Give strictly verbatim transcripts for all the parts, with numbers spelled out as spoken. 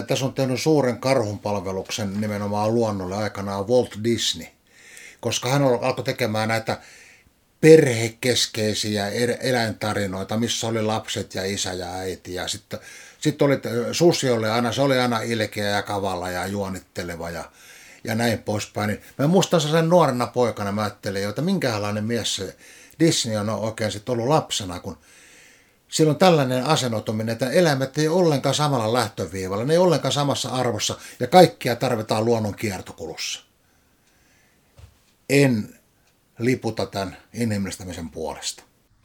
Tässä on tehnyt suuren karhunpalveluksen nimenomaan luonnolle aikanaan Walt Disney, koska hän alkoi tekemään näitä perhekeskeisiä eläintarinoita, missä oli lapset ja isä ja äiti. Ja sitten sit oli, susi oli aina, se oli aina ilkeä ja kavalla ja juonitteleva ja, ja näin poispäin. Niin mä muistan sen nuorena poikana, mä ajattelin, että minkälainen mies se Disney on oikein sitten ollut lapsena, kun sillä on tällainen asennoituminen, että eläimet ei ole ollenkaan samalla lähtöviivalla, ne ei ole ollenkaan samassa arvossa ja kaikkia tarvitaan luonnon kiertokulussa. En liputa tämän inhimillistämisen puolesta.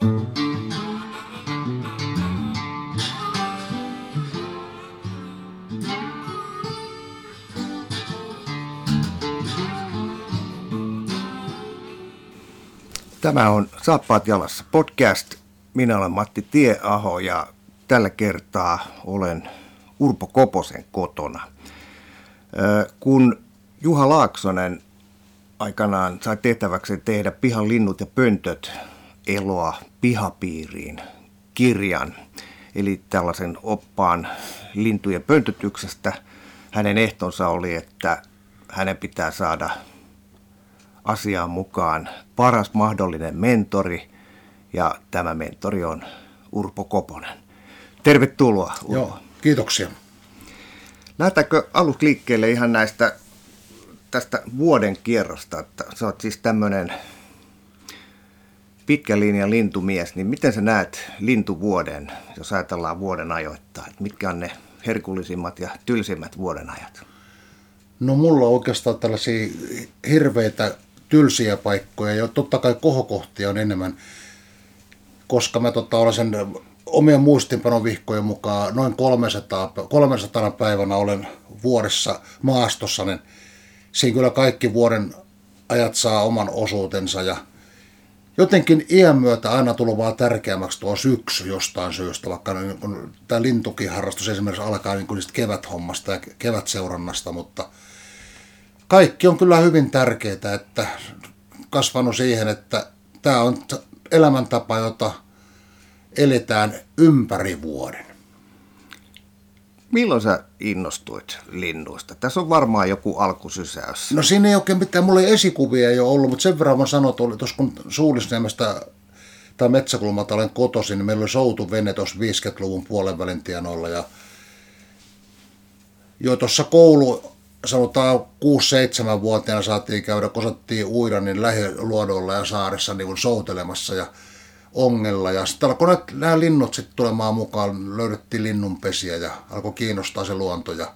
Tämä on Saappaat jalassa podcast. Minä olen Matti Tieaho ja tällä kertaa olen Urpo Koposen kotona. Kun Juha Laaksonen aikanaan sai tehtäväksi tehdä Pihan linnut ja pöntöt eloa pihapiiriin kirjan, eli tällaisen oppaan lintujen pöntötyksestä, hänen ehtonsa oli, että hänen pitää saada asiaan mukaan paras mahdollinen mentori, ja tämä mentori on Urpo Koponen. Tervetuloa, Urpo. Joo, kiitoksia. Lähdetäänkö aluksi liikkeelle ihan näistä tästä vuoden kierrosta, että sä oot siis tämmöinen pitkän linjan lintumies, niin miten sä näet lintuvuoden, jos ajatellaan vuoden ajoittaa, että mitkä on ne herkullisimmat ja tylsimmät vuoden ajat? No mulla on oikeastaan tällaisia hirveitä tylsiä paikkoja ja totta kai kohokohtia on enemmän, koska mä tota, olen sen omien muistinpanovihkojen mukaan noin kolmesataa, kolmesataa päivänä olen vuodessa maastossa, niin siinä kyllä kaikki vuoden ajat saa oman osuutensa ja jotenkin iän myötä aina tullut vaan tärkeämmäksi tuo syksy jostain syystä, vaikka niin kun tämä lintukiharrastus esimerkiksi alkaa niin kuin keväthommasta ja kevätseurannasta, mutta kaikki on kyllä hyvin tärkeää, että kasvanut siihen, että tämä on elämäntapa, jota eletään ympäri vuoden. Milloin sä innostuit linnuista? Tässä on varmaan joku alkusysäys. No siinä ei oikein mitään, mulla ei esikuvia ei ole ollut, mutta sen verran mä sanon, että tuossa kun Suulisniemestä tai Metsäkulmalta olen kotoisin, niin meillä oli soutuvene tuossa viisikymmentäluvun puolen välin tienoilla. Ja jo tuossa koulu, sanotaan kuusi seitsemän vuotiaana saatiin käydä, kun osattiin uida, niin lähiluodolla ja saaressa niin soutelemassa ja ongella. Ja sitten alkoi nämä linnut sitten tulemaan mukaan, löydettiin linnunpesiä ja alkoi kiinnostaa se luonto. Ja,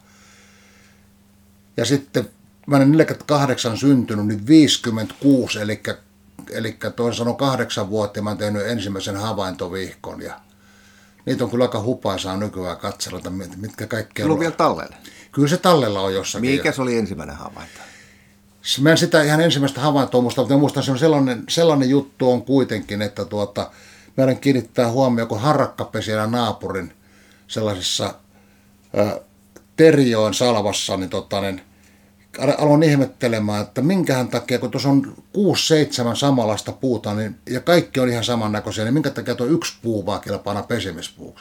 ja sitten mä olen neljäkymmentäkahdeksan syntynyt, niin viisikymmentäkuusi, eli, eli toisin sanoen kahdeksan vuotta mä olen tehnyt ensimmäisen havaintovihkon. Ja niitä on kyllä aika hupaisaa nykyään katsella, mitkä kaikkea Sulla on vielä tallella? Kyllä se tallella on jossakin. Mikä se oli ensimmäinen havainto? Mä en sitä ihan ensimmäistä havaintoa muista, mutta muistan sellainen, sellainen juttu on kuitenkin, että tuota, meidän kiinnittää huomioon, kun harakka pesi siellä naapurin sellaisessa ä, Terijoen salvassa, niin, tota, niin aloin ihmettelemään, että minkähän takia, kun tuossa on kuusi seitsemän samanlaista puuta, niin, ja kaikki on ihan samannäköisiä, niin minkä takia tuo yksi puu vaan kelpaa pesimispuuksi.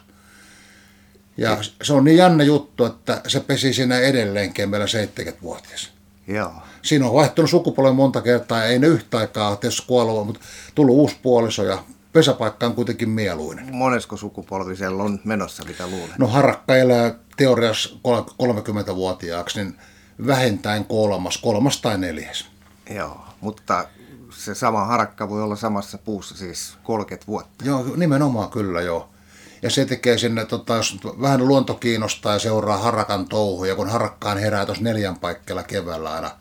Ja se on niin jännä juttu, että se pesi siinä edelleenkin meillä seitsemänkymmentävuotias. Joo. Siinä on vaihtunut sukupolven monta kertaa ja ei ne yhtä aikaa ole tietysti kuollut, mutta tullut uusi puoliso ja pesäpaikka on kuitenkin mieluinen. Monesko sukupolvi siellä on menossa, mitä luulen? No harakka elää teoriassa kolmekymmentävuotiaaksi, niin vähintään kolmas, kolmas tai neljäs. Joo, mutta se sama harakka voi olla samassa puussa siis kolmekymmentä vuotta. Joo, nimenomaan kyllä joo. Ja se tekee sinne, tota, jos vähän luonto kiinnostaa ja seuraa harakan touhuja, kun harakkaan herää tuossa neljän paikkeilla keväällä aina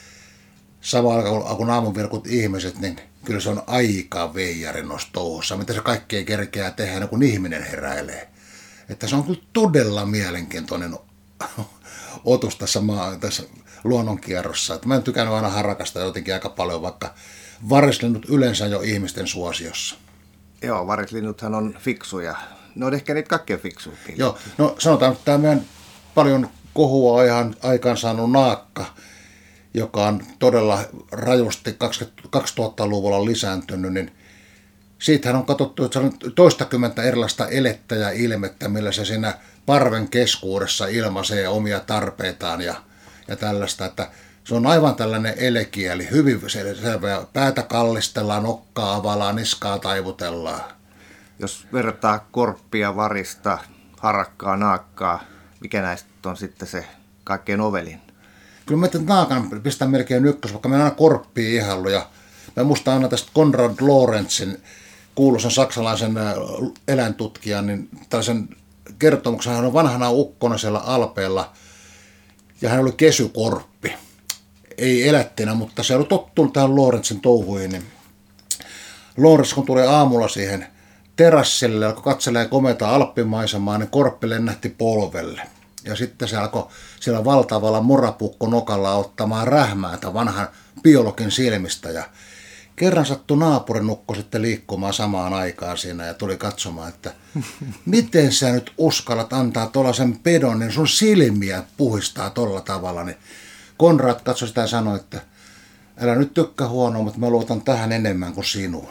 samalla kun aamunvirkut ihmiset, niin kyllä se on aika veijari noissa touhussa, mitä se kaikkea kerkeää tehdä, kun ihminen heräilee. Että se on kyllä todella mielenkiintoinen otus tässä, maa, tässä luonnonkierrossa. Että mä en tykännyt aina harakasta jotenkin aika paljon, vaikka varislinnut yleensä jo ihmisten suosiossa. Joo, varislinnuthan on fiksuja. Ne on ehkä niitä kaikkein fiksuja. Joo, no sanotaan, että tämä meidän paljon kohua ihan aikaan saanut naakka, joka on todella rajusti kaksituhattaluvulla lisääntynyt, niin siitähän on katsottu, että se on toistakymmentä erilaista elettä ja ilmettä, millä se siinä parven keskuudessa ilmaisee omia tarpeitaan ja, ja tällaista, että se on aivan tällainen elekieli, hyvin selvä. Päätä kallistellaan, nokkaa avallaan, niskaa taivutellaan. Jos verrataan korppia, varista, harakkaa, naakkaa, mikä näistä on sitten se kaikkein ovelin? Kyllä mä naakan pistän melkein ykkös, vaikka mä en aina korppia ihallu. Ja mä muistan aina tästä Konrad Lorenzin, kuuluisan saksalaisen eläintutkijan, niin tällaisen kertomuksen. Hän on vanhana ukkona siellä Alpeella ja hän oli kesykorppi. Ei elättinä, mutta se oli tottunut tähän Lorenzin touhuihin. Niin Lorenz, kun tuli aamulla siihen terassille, alkoi katselemaan komeata alppimaisemaa, niin korppi lennähti polvelle. Ja sitten se alkoi siellä valtavalla morapukko nokalla ottamaan rähmäätä vanhan biologin silmistä. Ja kerran sattui naapurin nukko sitten liikkumaan samaan aikaan siinä ja tuli katsomaan, että miten sä nyt uskallat antaa tuollaisen pedon, niin sun silmiä puhistaa tolla tavalla. Niin Konrad katsoi sitä ja sanoi, että älä nyt tykkää huonoa, mutta mä luotan tähän enemmän kuin sinuun.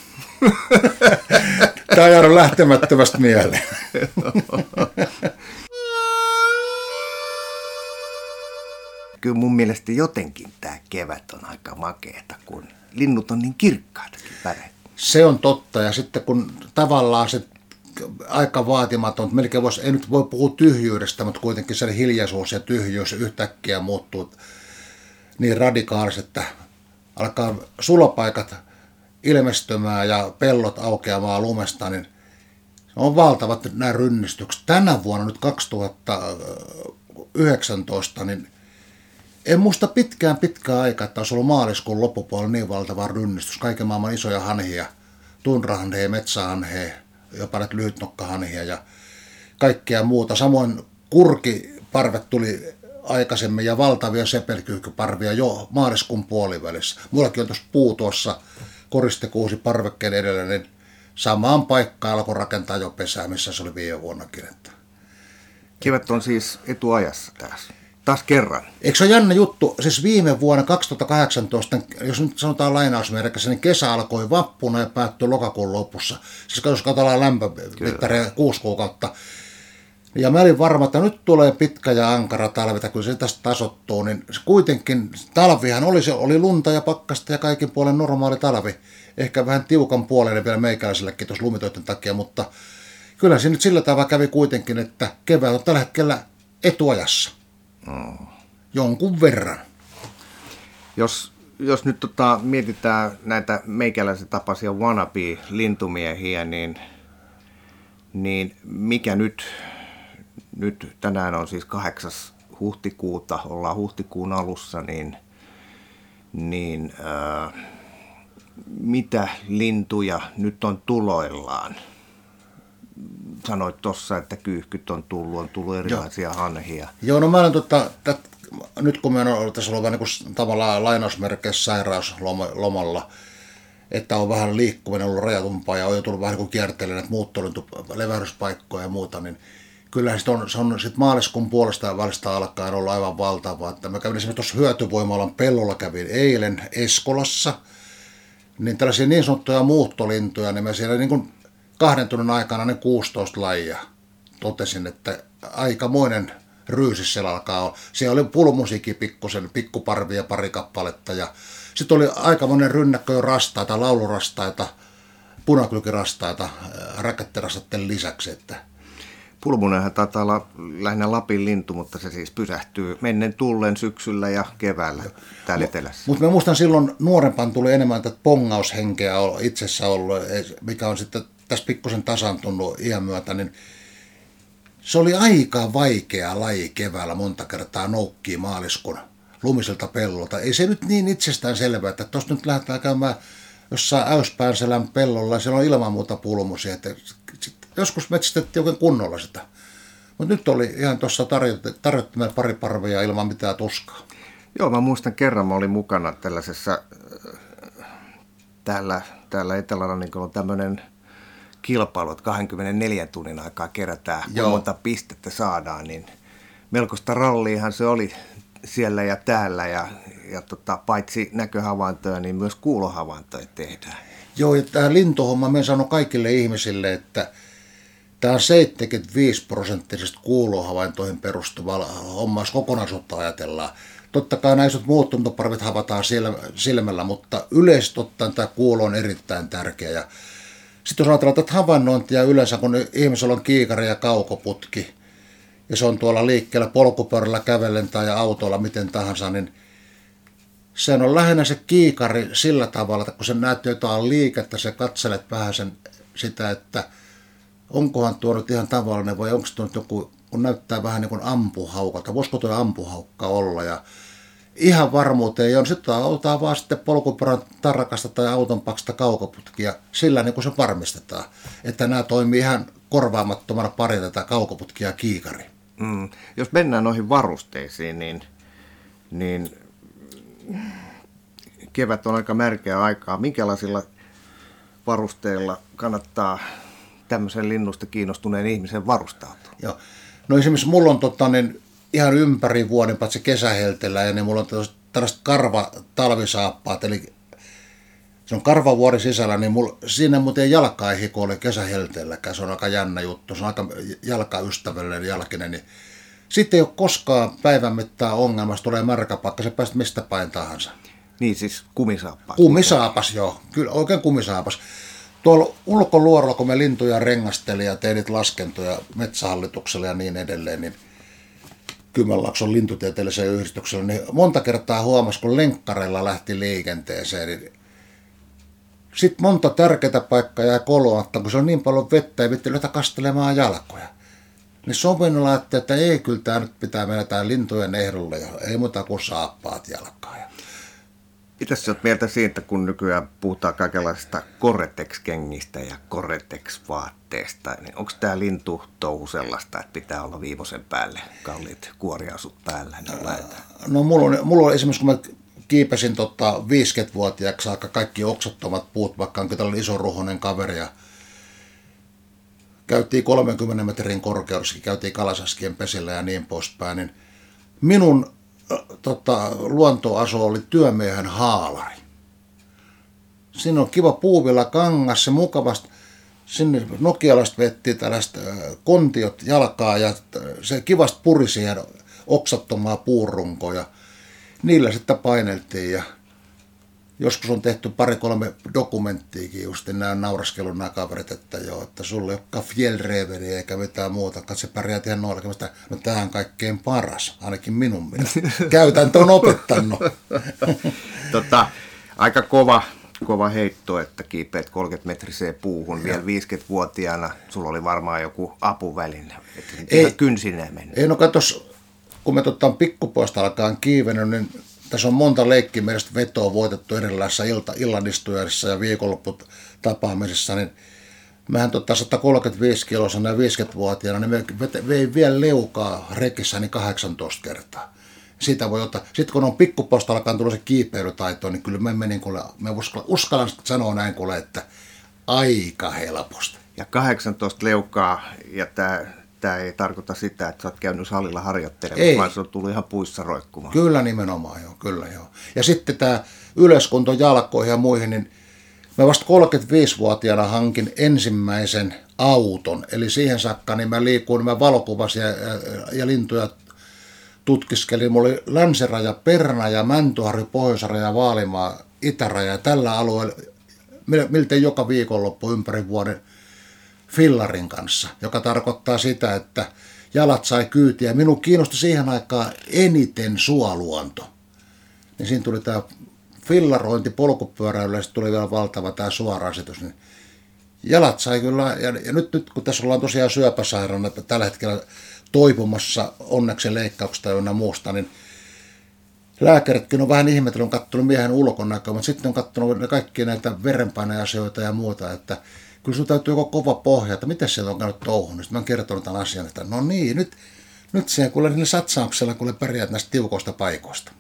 Tämä on jäänyt lähtemättömästä mieleen. Kyllä mun mielestä jotenkin tämä kevät on aika makeeta, kun linnut on niin kirkkaatakin väreitä. Se on totta, ja sitten kun tavallaan se aika vaatimaton, melkein voisi, ei nyt voi puhua tyhjyydestä, mutta kuitenkin se hiljaisuus ja tyhjyys yhtäkkiä muuttuu niin radikaalisesti, että alkaa sulapaikat ilmestymään ja pellot aukeamaan lumesta, niin on valtavat nämä rynnistykset. Tänä vuonna, nyt kaksituhattayhdeksäntoista, niin en muista pitkään pitkään aikaa, että olisi ollut maaliskuun loppupuolella niin valtava rynnistys. Kaiken maailman isoja hanhia, tunrahanheja, metsähanheja, jopa näitä lyhytnokkahanhia ja kaikkea muuta. Samoin kurkiparvet tuli aikaisemmin ja valtavia sepelkyyhkyparvia jo maaliskuun puolivälissä. Mullakin on tuossa puu tuossa koristekuusi parvekkeen edellä, niin samaan paikkaan alkoi rakentaa jo pesää, missä se oli viime vuonnakin. Kevät on siis etuajassa taas. Taas kerran. Eikö se ole jännä juttu? Siis viime vuonna kaksituhattakahdeksantoista, jos nyt sanotaan lainausmerkissä, niin kesä alkoi vappuna ja päättyi lokakuun lopussa. Siis jos katsotaan lämpömittareja kuusi kuukautta. Ja mä olin varma, että nyt tulee pitkä ja ankara talvi, kyllä se tästä tasottuu. Niin kuitenkin talvihan oli, se oli lunta ja pakkasta ja kaikin puolen normaali talvi. Ehkä vähän tiukan puolelle vielä meikäläisellekin tuossa lumitoiden takia, mutta kyllä se nyt sillä tavalla kävi kuitenkin, että kevät on tällä hetkellä etuajassa. Mm. Jonkun verran. Jos, jos nyt tota, mietitään näitä meikäläisen tapaisia wannabe-lintumiehiä, niin, niin mikä nyt, nyt tänään on siis kahdeksas huhtikuuta, ollaan huhtikuun alussa, niin, niin äh, mitä lintuja nyt on tuloillaan? Sanoit tuossa, että kyyhkyt on tullut, on tullut erilaisia Joo. hanhia. Joo, no mä olen tota, tät, nyt kun me on ollut tässä ollut vähän niin kuin tavallaan lainausmerkeissä sairauslomalla, että on vähän liikkuminen ollut rajatumpaa ja on jo tullut vähän niin kuin kiertelemään näitä muuttolintu, levähdyspaikkoja ja muuta, niin kyllähän sit on, se on sit maaliskuun puolesta ja välistä alkaen ollut aivan valtavaa. Että mä kävin esimerkiksi tuossa Hyötyvoimalan pellolla, kävin eilen Eskolassa, niin tällaisia niin sanottuja muuttolintuja, niin mä siellä niin kuin kahden tunnin aikana ne kuusitoista lajia totesin, että aikamoinen ryysis siellä alkaa olla. Siellä oli pulmusiikki pikkusen, pikkuparvia ja pari kappaletta ja sitten oli aikamoinen rynnäkkö jo rastaita, laulurastaita, punakylkirastaita, rakettirastaiden lisäksi. Että pulmunenhan taitaa olla lähinnä Lapin lintu, mutta se siis pysähtyy mennen tullen syksyllä ja keväällä täällä etelässä. Mutta mä muistan silloin nuorempaan tuli enemmän tätä pongaushenkeä itsessä ollut, mikä on sitten tässä pikkusen tasantunut iän myötä, niin se oli aika vaikea laji keväällä monta kertaa noukkii maaliskuun lumiselta pellolta. Ei se nyt niin itsestään selvää, että tuossa nyt lähdetään käymään jossain Äyspäänselän pellolla ja siellä on ilman muuta pulmusia. Että joskus metsästettiin oikein kunnolla sitä. Mutta nyt oli ihan tuossa tarjottimella pari parvia ilman mitään tuskaa. Joo, mä muistan kerran, mä olin mukana tällaisessa, täällä, täällä Etelärannikolla on tämmöinen kilpailu, että kaksikymmentäneljä tunnin aikaa kerätään, kun monta pistettä saadaan, niin melkoista ralliahan se oli siellä ja täällä, ja, ja tota, paitsi näköhavaintoja, niin myös kuulohavaintoja tehdään. Joo, ja tämä lintuhomma, mä sanon kaikille ihmisille, että Tämä on seitsemänkymmentäviisi prosenttisesti kuulohavaintoihin perustuva homma, jos kokonaisuutta ajatellaan. Totta kai näissä muuttuntoparvit havataan silmällä, mutta yleisesti ottaen tämä kuulo on erittäin tärkeä. Ja sitten jos ajatellaan tätä havainnointia yleensä, kun ihmisellä on kiikari ja kaukoputki, ja se on tuolla liikkeellä polkupyörällä, kävellen tai autolla, miten tahansa, niin se on lähinnä se kiikari sillä tavalla, että kun se näet jotain liikettä, sä katselet vähän sen, sitä, että onkohan tuo nyt ihan tavallinen vai onko tuo nyt joku, kun näyttää vähän niin kuin ampuhaukalta, voisiko tuo ampuhaukka olla, ja ihan varmuuteen on, sitten otetaan vaan sitten polkupyörän tarkasta tai auton paksasta kaukoputkia, sillä niin kuin se varmistetaan, että nämä toimii ihan korvaamattomana pari tätä kaukoputkia ja kiikari. Mm. Jos mennään noihin varusteisiin, niin, niin kevät on aika märkeä aikaa. Minkälaisilla varusteilla kannattaa tämmöisen linnusta kiinnostuneen ihmisen varustautua? Joo. No esimerkiksi mulla on tota, niin ihan ympäri vuoden, paitsi kesähelteellä, ja niin mulla on tällaiset karva-talvisaappaat, eli se on karvavuori sisällä, niin mulla, siinä muuten jalka ei hikoile kesähelteelläkään, se on aika jännä juttu, se on aika jalkaystävällinen jalkinen, niin sitten ei ole koskaan päivän mittaan ongelmasta, tulee märkä paikka, se päästä mistä päin tahansa. Niin siis kumisaappas. Kumisaapas, joo, kyllä oikein kumisaapas. Tuolla ulkoluorolla, kun me lintuja rengastelin ja tein niitä laskentoja Metsähallituksella ja niin edelleen, niin Kymenlaakson lintutieteelliseen yhdistyksellä, niin monta kertaa huomasi, kun lenkkareilla lähti liikenteeseen, niin sitten monta tärkeää paikkaa jää koloatta, kun se on niin paljon vettä, ei vittu lähteä kastelemaan jalkoja. Niin sovinnolla ajattelin, että ei, kyllä tämä nyt pitää mennä tämän lintujen ehdolle, ja ei muuta kuin saappaat jalkaa. Mitäs sä oot mieltä siitä, kun nykyään puhutaan kaikenlaisista Gore-Tex-kengistä ja Gore-Tex-vaatteesta, niin onko tämä lintutouhu sellaista, että pitää olla viivosen päälle kalliit kuoriasut päällä? Niin no mulla on, mulla on esimerkiksi, kun mä kiipesin tota viisikymmentävuotiaaksi saakka kaikki oksattomat puut, vaikka onkin tällainen iso ruhonen kaveri, ja käytiin kolmenkymmenen metrin korkeudessakin, käytiin kalasaskien pesillä ja niin poispäin, niin minun tota, luontoaso oli työmiehen haalari. Siinä on kiva puuvilla kangas, se mukavasti, sinne nokialasta vettiin tällaista kontiot jalkaa ja se kivasti puri siihen oksattomaa puurunkoa ja niillä sitten paineltiin ja joskus on tehty pari-kolme dokumenttiakin, just nämä on nauraskellut nämä kaverit, että joo, että sulla ei olekaan fjellreveriä eikä mitään muuta, katse pärjäät ihan noilla, no tämä on kaikkein paras, ainakin minun mielestä. Käytäntö on opettanut. tota, aika kova, kova heitto, että kiipeät kolmekymmentä-metriseen puuhun vielä viisikymmentävuotiaana, sulla oli varmaan joku apuväline, että ihan kynsineen mennyt. Ei, no katos, kun me tota, pikkupoista alkaan kiivennyt, niin tässä on monta leikkimielistä vetoa voitettu erilaisissa ilta, illanistujassa ja viikonlopputapaamisissa, niin mähän tota sata kolmekymmentäviisi kiloisena ja viisikymmentävuotiaana, niin me vein vielä leukaa rekissäni kahdeksantoista kertaa. Siitä voi ottaa. Sitten kun on pikkuposta alkaa tulla se kiipeilytaito, niin kyllä me menin, kuule, me uskallan sanoa näin kuule, että aika helposti. Ja kahdeksantoista leukaa, ja tämä... Tämä ei tarkoita sitä, että sä oot käynyt salilla harjoittelemaan, vaan se on tullut ihan puissa roikkumaan. Kyllä nimenomaan, joo, kyllä joo. Ja sitten tämä yleiskunto jalkoihin ja muihin, niin mä vasta kolmekymmentäviisivuotiaana hankin ensimmäisen auton. Eli siihen saakka niin mä liikuin, mä valokuvasin ja, ja, ja lintuja tutkiskelin. Mulla oli länsiraja, Pernaja, Mäntyharju, Pohjois-raja, Vaalimaa, Itäraja ja tällä alueella miltei joka viikonloppu ympäri vuoden fillarin kanssa, joka tarkoittaa sitä, että jalat sai kyytiä. Minun kiinnosti siihen aikaan eniten suoluonto. Niin siinä tuli tämä fillarointi polkupyöräilyllä ja sitten tuli vielä valtava tämä suorasitus. Niin jalat sai kyllä, ja, ja nyt, nyt kun tässä ollaan tosiaan syöpäsairaana tällä hetkellä toipumassa onneksi leikkauksesta ja muusta, niin lääkäritkin on vähän ihmetellyt, on katsonut miehen ulkonäköä, mutta sitten on katsonut kaikkia näitä verenpaineasioita ja muuta, että kyllä sun täytyy joko kova pohja, että miten sieltä on käynyt touhun. Sitten mä oon kertonut tämän asian, että no niin, nyt, nyt se kuule niillä satsauksella, kuule pärjäät näistä tiukoista paikoista.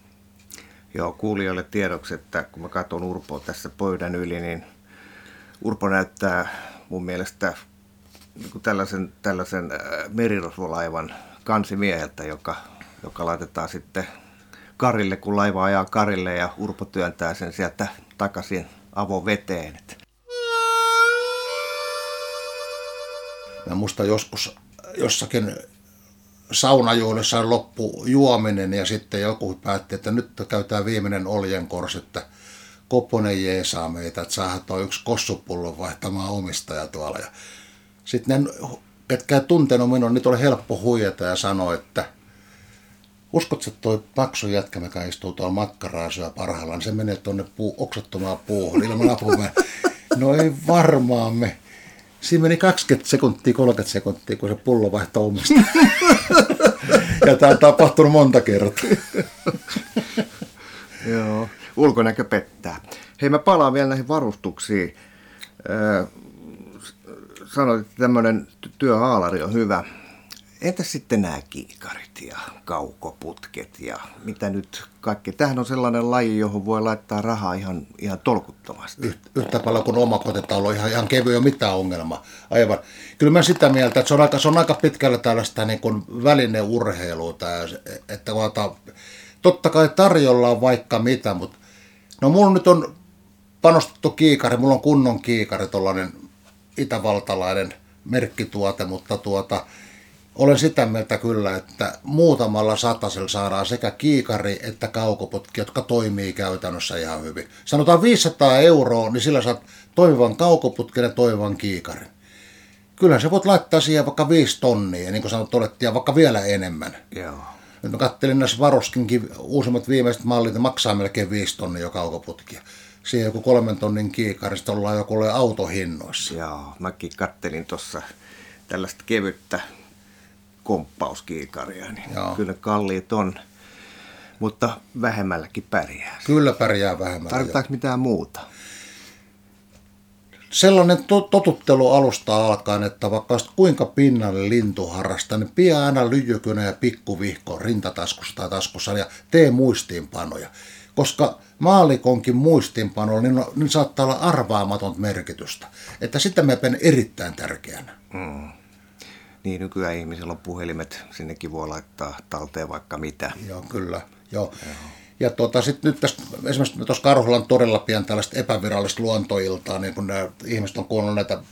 Joo, kuulijoille tiedoksi, että kun mä katson Urpoa tässä pöydän yli, niin Urpo näyttää mun mielestä niin kuin tällaisen, tällaisen merirosvolaivan kansimieheltä, joka, joka laitetaan sitten karille, kun laiva ajaa karille ja Urpo työntää sen sieltä takaisin avoveteen. Mä muistan joskus jossakin saunajuhlissa loppu juominen ja sitten joku päätti, että nyt käytetään viimeinen oljenkorsi, että Koponen jeesaa meitä, että saadaan tuo yksi kossupullo vaihtamaan omistaja tuolla. Ja sitten ne, ketkä ei tuntenut minua, nyt oli helppo huijata ja sanoa, että uskotko, että tuo paksu jätkä, mikä istuu tuolla makkaraasyö parhaillaan, niin se menee tuonne puu, oksattomaan puuhun ilman apuväen. No ei varmaan me. Siinä meni kaksikymmentä sekuntia, kolmekymmentä sekuntia, kun se pullo vaihtoi omista. Ja tämä on tapahtunut monta kertaa. Joo, ulkonäkö pettää. Hei, mä palaan vielä näihin varustuksiin. Öö, sanoit, että tämmöinen työhaalari on hyvä. Entäs sitten nämä kiikarit ja kaukoputket ja mitä nyt kaikki? Tämähän on sellainen laji, johon voi laittaa rahaa ihan, ihan tolkuttomasti. Yhtä paljon kuin omakotitalo on ihan, ihan kevy, ei mitään ongelmaa. Aivan. Kyllä mä sitä mieltä, että se on aika, se on aika pitkällä tällaista niin kuin välineurheilua. Tää, että vaata, totta kai tarjolla on vaikka mitä, mutta no mulla nyt on panostettu kiikari, mulla on kunnon kiikari, tollainen itävaltalainen merkkituote, mutta tuota... Olen sitä mieltä kyllä, että muutamalla satasella saadaan sekä kiikari että kaukoputki, jotka toimii käytännössä ihan hyvin. Sanotaan viisisataa euroa, niin sillä saat toimivan kaukoputken ja toimivan kiikarin. Kyllä se voit laittaa siihen vaikka viisi tonnia, ja niin kuin sanot, todettiin, vaikka vielä enemmän. Joo. Nyt mä katselin näissä Varoskinkin uusimmat viimeiset mallit, ne maksaa melkein viisi tonnia jo kaukoputki. Siihen joku kolmen tonnin kiikarista ollaan joku autohinnoissa. Joo, mäkin kattelin tuossa tällaista kevyttä komppauskiikaria, niin Joo. Kyllä kalliit on, mutta vähemmälläkin pärjää. Kyllä pärjää vähemmällä. Tarvitaanko mitään muuta? Sellainen to- totuttelu alusta alkaen, että vaikka kuinka pinnalle lintu harrastaa, niin pidä aina lyijykynä ja pikkuvihko rintataskussa tai taskussa ja tee muistiinpanoja. Koska maalikonkin muistiinpanoilla niin, niin saattaa olla arvaamatonta merkitystä. Että sitä mä pidän erittäin tärkeänä. Mm. Niin, nykyään ihmisillä on puhelimet, sinnekin voi laittaa talteen vaikka mitä. Joo, kyllä. Joo. Joo. Ja tuota, sitten nyt tästä, esimerkiksi tuossa Karhulan todella pian tällaista epävirallista luontoiltaa, niin kun nämä ihmiset on kuunnellut näitä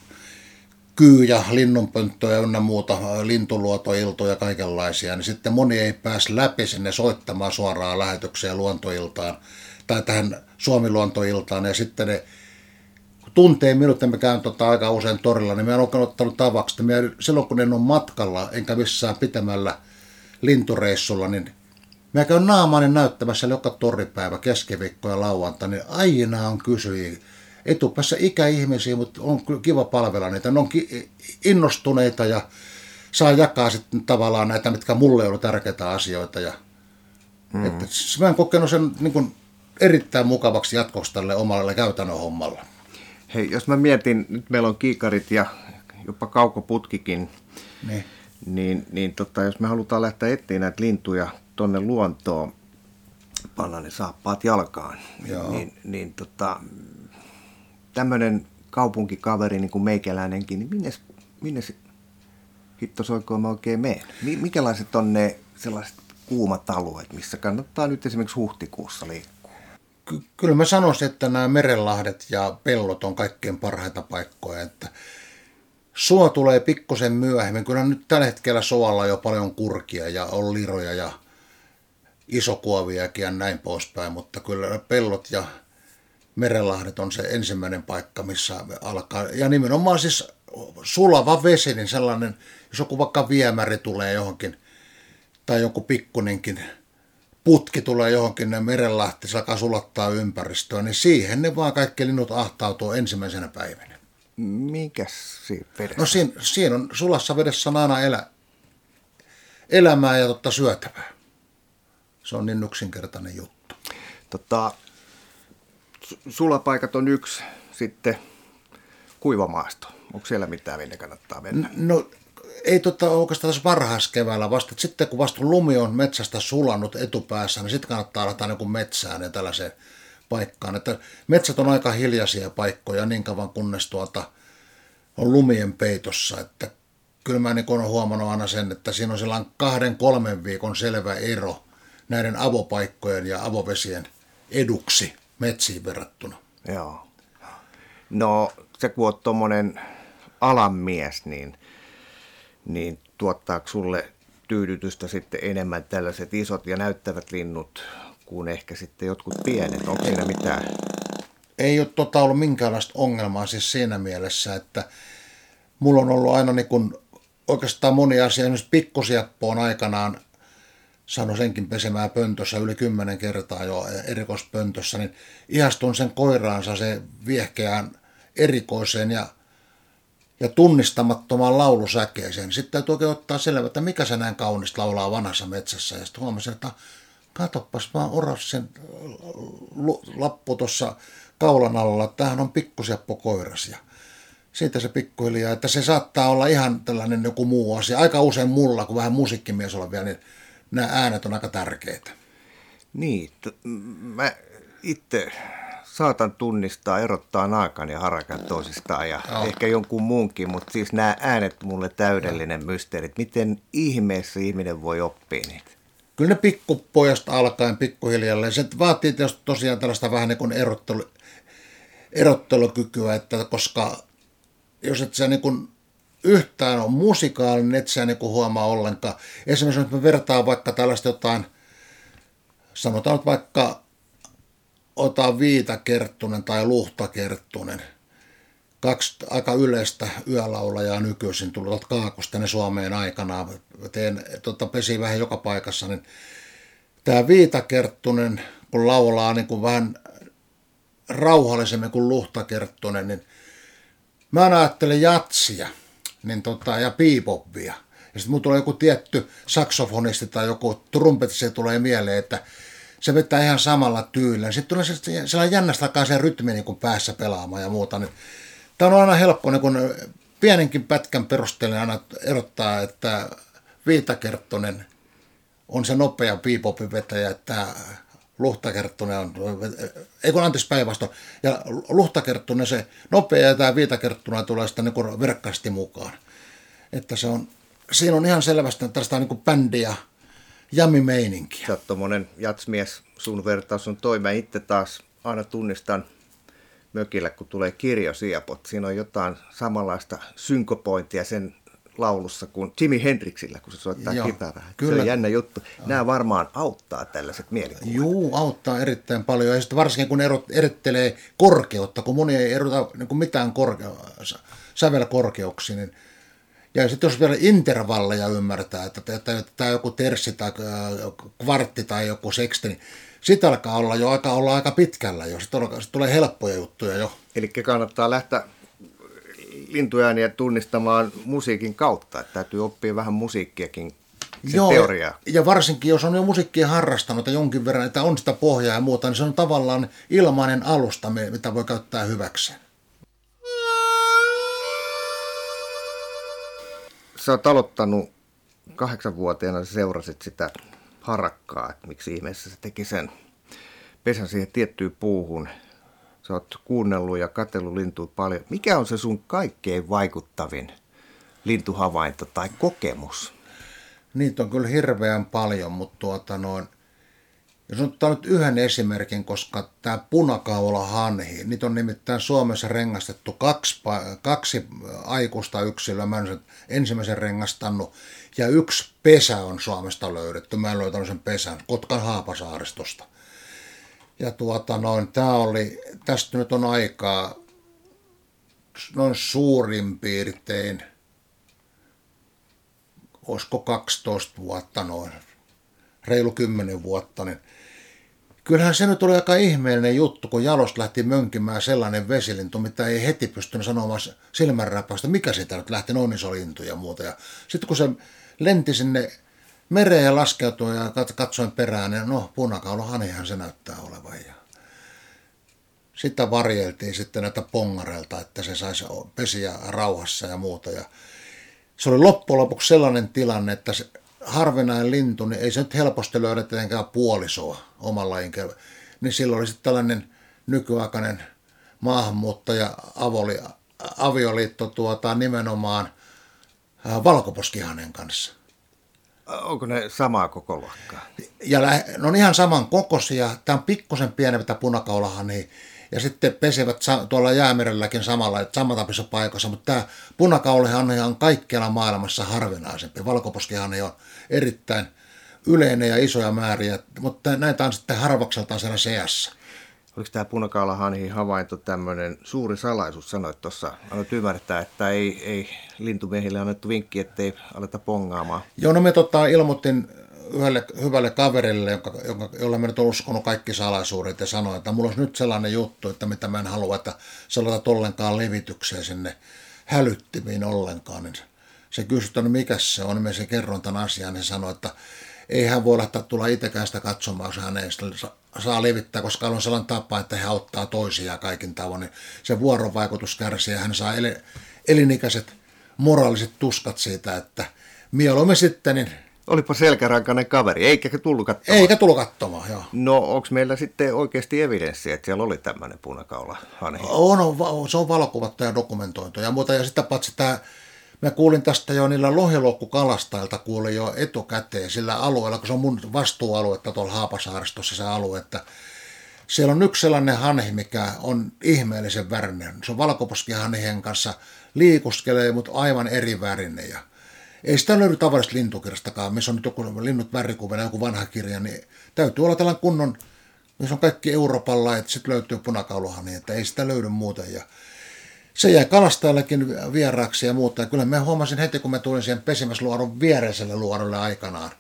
kyyjä, linnunpönttöjä ynnä muuta, lintuluotoiltoja ja kaikenlaisia, niin sitten moni ei pääse läpi sinne soittamaan suoraan lähetykseen luontoiltaan tai tähän Suomi-luontoiltaan, ja sitten ne tuntee minut, että mä käyn tota aika usein torilla, niin mä oon ottanut tavaksi, että mä, silloin kun en ole matkalla, enkä missään pitämällä lintureissulla, niin mä käyn naamaani näyttämässä joka toripäivä, keskiviikko ja lauantai, niin aina on kysyjiä, etupäässä ikäihmisiä, mutta on kiva palvella niitä, ne on innostuneita ja saa jakaa sitten tavallaan näitä, mitkä mulle on ollut tärkeitä asioita. Ja, mm. että, mä oon kokenut sen niin kuin erittäin mukavaksi jatkoksi tälle omalle käytännön hommalla. Hei, jos mä mietin, nyt meillä on kiikarit ja jopa kaukoputkikin, niin, niin, niin tota, jos me halutaan lähteä etsiä näitä lintuja tuonne luontoon, panna ne saappaat jalkaan, Joo. niin, niin tota, tämmöinen kaupunkikaveri niin kuin meikäläinenkin, niin minne, minne se hittosoikoon mä oikein menen? Mikälaiset on ne sellaiset kuumat alueet, missä kannattaa nyt esimerkiksi huhtikuussa liikkua? Kyllä mä sanoisin, että nämä merenlahdet ja pellot on kaikkein parhaita paikkoja. Että suo tulee pikkusen myöhemmin. Kyllä nyt tällä hetkellä suolla on jo paljon kurkia ja on liroja ja isokuoviakin ja näin poispäin. Mutta kyllä pellot ja merenlahdet on se ensimmäinen paikka, missä alkaa. Ja nimenomaan siis sulava vesi, niin sellainen, jos joku vaikka viemäri tulee johonkin tai joku pikkuninkin putki tulee johonkin, ne merenlahti, se alkaa sulattaa ympäristöä, niin siihen ne vaan kaikki linnut ahtautuu ensimmäisenä päivänä. Mikäs siinä vedessä? No siinä, siinä on sulassa vedessä on aina elä, elämää ja totta syötävää. Se on niin yksinkertainen juttu. Tota, sulapaikat on yksi, sitten kuivamaasto. Onko siellä mitään, minne kannattaa mennä? No ei tota oikeastaan tässä varhaiskeväällä vasta. Sitten kun vasta lumi on metsästä sulanut etupäässä, niin sitten kannattaa alkaa niin kuin metsään ja tällaiseen paikkaan. Että metsät on aika hiljaisia paikkoja niin kauan kunnes tuota on lumien peitossa. Että kyllä mä niin olen huomannut aina sen, että siinä on sellainen kahden, kolmen viikon selvä ero näiden avopaikkojen ja avovesien eduksi metsiin verrattuna. Joo. No se kun olet tuommoinen alan mies, niin niin tuottaako sulle tyydytystä sitten enemmän tällaiset isot ja näyttävät linnut kuin ehkä sitten jotkut pienet? Onko siinä mitään? Ei ole tota ollut minkäänlaista ongelmaa siis siinä mielessä, että mulla on ollut aina niin kuin oikeastaan moni asia. Esimerkiksi pikkusieppo on aikanaan saanut senkin pesemään pöntössä yli kymmenen kertaa jo erikoispöntössä, niin ihastun sen koiraansa se viehkeään erikoiseen ja, ja tunnistamattomaan laulusäkeeseen. Sitten täytyy oikein ottaa selvä, että mikä se näin kaunista laulaa vanhassa metsässä. Ja sitten huomasin, että katoppas vaan oras sen lappu tuossa kaulan alla, että tämähän on pikkusieppo koiras. Ja siitä se pikkuhiljaa, että se saattaa olla ihan tällainen joku muu asia. Aika usein mulla, kun vähän musiikkimies olen vielä, niin nämä äänet on aika tärkeitä. Niin, t- mä itse saatan tunnistaa, erottaa naakan ja harakan toisistaan ja no. ehkä jonkun muunkin, mutta siis nämä äänet mulle täydellinen no. mysteeri. Miten ihmeessä ihminen voi oppia niitä? Kyllä ne pikkupojasta alkaen pikkuhiljalleen. Se vaatii tosiaan tällaista vähän niin kuin erottelu, erottelukykyä, että koska jos et sä niin kuin yhtään on musikaalinen, et sä niin kuin huomaa ollenkaan. Esimerkiksi jos me vertaan vaikka tällaista jotain, sanotaan nyt vaikka otetaan Viita-Kerttunen tai Luhta-Kerttunen, kaksi aika yleistä yölaulajaa nykyisin tullut Kaakosta tänne Suomeen aikanaan. Teen, tota, pesi vähän joka paikassa, niin tämä Viita-Kerttunen, kun laulaa niin kuin vähän rauhallisemmin kuin Luhta-Kerttunen, niin mä ajattelen jatsia niin tota, ja bebopia. Ja sitten mun tulee joku tietty saksofonisti tai joku trumpetisti, se tulee mieleen, että se vetää ihan samalla tyylillä. Sitten tulee sellainen jännästä se rytmi niin kuin päässä pelaamaan ja muuta. Tämä on aina helppo, niin kun pienenkin pätkän perusteella aina erottaa, että Viita-Kerttunen on se nopea bebopin vetäjä, että Luhta-Kerttunen on, ei kun anteeksi päinvastoin, ja Luhta-Kerttunen se nopea ja tämä Viita-Kerttunen tulee sitä niin kuin verkkaasti mukaan. Että se on, siinä on ihan selvästi tällaista niin kuin bändiä, jamimeininkiä. Sä oot tommonen jatsmies, sun vertaus on toi. Mä itse taas aina tunnistan mökillä, kun tulee kirjosiepot. Siinä on jotain samanlaista synkopointia sen laulussa kuin Jimi Hendrixillä, kun se soittaa Joo, kitaraa. Kyllä. Se on jännä juttu. Nämä varmaan auttaa tällaiset mielikuvat. Joo, auttaa erittäin paljon. Ja sitten varsinkin kun erot, erittelee korkeutta, kun moni ei erota niin kuin mitään korke- sävelkorkeuksia, niin ja sitten jos vielä intervalleja ymmärtää, että tämä joku terssi tai kvartti tai joku seksti, niin sitten alkaa olla jo aika, olla aika pitkällä jo. Sitten tulee helppoja juttuja jo. Eli kannattaa lähteä lintuääniä tunnistamaan musiikin kautta, että täytyy oppia vähän musiikkiakin, se Joo, teoriaa. Ja varsinkin jos on jo musiikkia harrastanut ja jonkin verran, että on sitä pohjaa ja muuta, niin se on tavallaan ilmainen alusta, mitä voi käyttää hyväkseen. Sä oot aloittanut kahdeksanvuotiaana, seurasit sitä harakkaa, että miksi ihmeessä se teki sen pesän siihen tiettyyn puuhun. Sä oot kuunnellut ja katsellut lintuja paljon. Mikä on se sun kaikkein vaikuttavin lintuhavainto tai kokemus? Niitä on kyllä hirveän paljon, mutta tuota noin, jos ottaa nyt yhden esimerkin, koska tämä punakaulahanhi, niitä on nimittäin Suomessa rengastettu kaksi, kaksi aikuista yksilöä, mä en ensimmäisen rengastanut, ja yksi pesä on Suomesta löydetty, mä en löytänyt sen pesän, Kotkan Haapasaaristosta. Ja tuota noin, tää oli, tästä nyt on aikaa noin suurin piirtein, olisiko kaksitoista vuotta noin, reilu kymmenen vuotta, niin kyllähän se nyt oli aika ihmeellinen juttu, kun jalosta lähti mönkimään sellainen vesilintu, mitä ei heti pystynyt sanomaan silmänräpäystä, mikä siitä nyt lähti, noin iso lintu ja muuta. Ja sitten kun se lenti sinne mereen ja laskeutui ja katsoin perään, niin no punakaulahanihan se näyttää olevan. Ja sitä varjeltiin sitten näitä pongareilta, että se saisi pesiä rauhassa ja muuta. Ja se oli loppujen lopuksi sellainen tilanne, että se harvinainen lintu, niin ei se nyt helposti löydä tietenkään puolisoa oman lajin. Niin silloin oli sitten tällainen nykyaikainen maahanmuuttaja avoli, avioliitto tuota, nimenomaan valkoposkihanen kanssa. Onko ne samaa kokoluokkaa? Ja ne on ihan saman kokoisia. Tämä on pikkusen pienempi punakaulahani. Ja sitten pesivät tuolla Jäämerelläkin samalla, samantapaisessa paikassa, mutta tämä punakaulihanhi on kaikkialla maailmassa harvinaisempi. Valkoposkihanhi on erittäin yleinen ja isoja määriä, mutta näitä on sitten harvakseltaan siellä seassa. Oliko tämä punakaulahanhi havainto tämmöinen suuri salaisuus? Sanoit tuossa, aloit ymmärtää, että ei, ei lintumiehille annettu vinkki, ettei aleta pongaamaan. Joo, no me tota, ilmoitin yhdelle hyvälle kaverille, jonka, jonka, jolle mä nyt olen uskonut kaikki salaisuudet ja sanoin, että mulla olisi nyt sellainen juttu, että mitä mä en halua, että sä laitat ollenkaan levitykseen sinne hälyttimiin ollenkaan. Niin se kysyi, että no mikä se on, niin mä sen kerron tämän asian, niin sanoi, että ei hän voi lähteä tulla itsekään sitä katsomaan, jos hän ei sitä saa levittää, koska on sellainen tapa, että he auttaa toisiaan kaikin tavoin, niin se vuorovaikutus kärsii ja hän saa el- elinikäiset moraaliset tuskat siitä, että mieluummin sitten niin olipa selkärankainen kaveri, eikä tullut katsomaan. Eikä tullut katsomaan, joo. No, onko meillä sitten oikeasti evidenssiä, että siellä oli tämmöinen punakaulahanhi? On, on, se on valokuvattu ja dokumentoitu ja muuta. Ja sitä paitsi tämä, mä kuulin tästä jo niillä lohiloukkukalastajilta, kuulin jo etukäteen sillä alueella, kun se on mun vastuualuetta tuolla Haapasaaristossa se alue, että siellä on yksi sellainen hanhi, mikä on ihmeellisen värinen. Se on valkoposkihanhien kanssa liikuskelee, mutta aivan eri värinen ja ei sitä löydy tavallisesta lintukirjastakaan, missä on nyt joku linnut värikuvina, joku vanha kirja, niin täytyy olla tällainen kunnon, missä on kaikki Euroopan lait, sitten löytyy punakauluhanhi, että ei sitä löydy muuten. Ja se jäi kalastajallekin vieraaksi ja muuta. Ja kyllä mä huomasin heti, kun mä tulin siihen pesimäsluodon viereiselle luodolle aikanaan,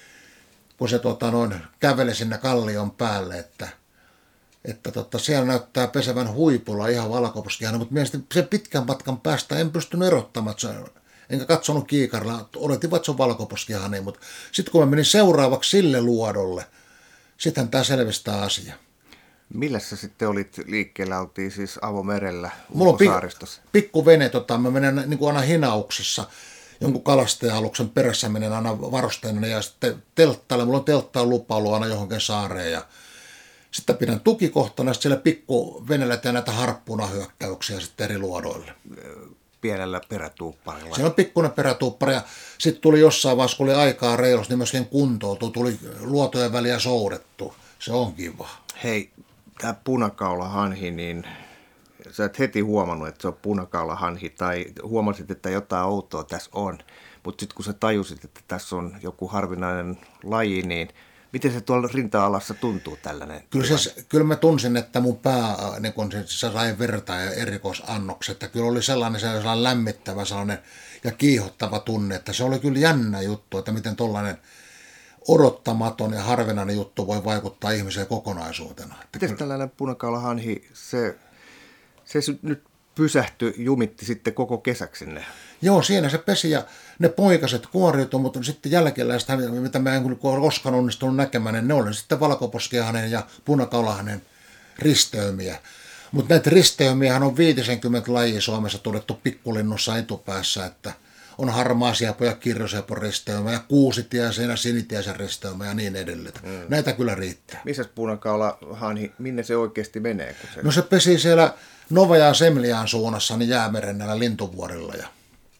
kun se tota, noin, käveli sinne kallion päälle, että, että tota, siellä näyttää pesevän huipulla ihan valkoposkihanhi, mutta mielestäni sen pitkän matkan päästä en pystynyt erottamaan, enkä katsonut kiikarilla, oletin, että se on valkoposkihanhi, mutta sitten kun mä menin seuraavaksi sille luodolle, sittenhän tämä selvisi tämä asia. Millä sä sitten olit liikkeellä, oltiin siis avomerellä Mulla on Ulkosaaristossa? Pik, pikku vene, tota, mä menen niin kuin aina hinauksessa, jonkun kalastaja-aluksen perässä menen aina varusteena ja sitten telttaille, mulla on telttaan lupa ollut aina johonkin saareen ja sitten pidän tukikohtana ja sitten siellä pikku venellä tehdään näitä harppunahyökkäyksiä sitten eri luodoille. Pienellä perätuupparilla. Se on pikkuinen perätuuppari ja sitten tuli jossain vaiheessa, kun oli aikaa reilusti, niin myöskin kuntoutuu, tuli luotojen väliä soudettu. Se on kiva. Hei, tämä punakaulahanhi, niin sä et heti huomannut, että se on punakaulahanhi tai huomasit, että jotain outoa tässä on. Mutta sitten kun sä tajusit, että tässä on joku harvinainen laji, niin miten se tuolla rinta-alassa tuntuu tällainen? Kyllä, se, kyllä mä tunsin, että mun pää, niin kun se, se sai verta ja erikoisannokset, että kyllä oli sellainen, sellainen lämmittävä sellainen ja kiihottava tunne, että se oli kyllä jännä juttu, että miten tollainen odottamaton ja harvinainen juttu voi vaikuttaa ihmiseen kokonaisuutena. Miten tällainen punakaulahanhi, se, se nyt pysähtyi, jumitti sitten koko kesäksi sinne? Joo, siinä se pesi ja ne poikaset kuoriutui, mutta sitten jälkeläistä, mitä mä en koskaan onnistunut näkemään, niin ne oli sitten valkoposkihanhen ja punakaulahanhen risteymiä. Mutta näitä risteymiähän on viisikymmentä lajia Suomessa todettu pikkulinnussa etupäässä, että on harmaasiepo ja kirjosiepo risteymä ja kuusitiäisen ja sinitiäisen risteymä ja niin edelleen. Mm. Näitä kyllä riittää. Missäs punakaulahanhi, minne se oikeasti menee? Kun se... No se pesi siellä Nova ja Semliaan suunnassa niin Jäämeren näillä lintuvuorilla ja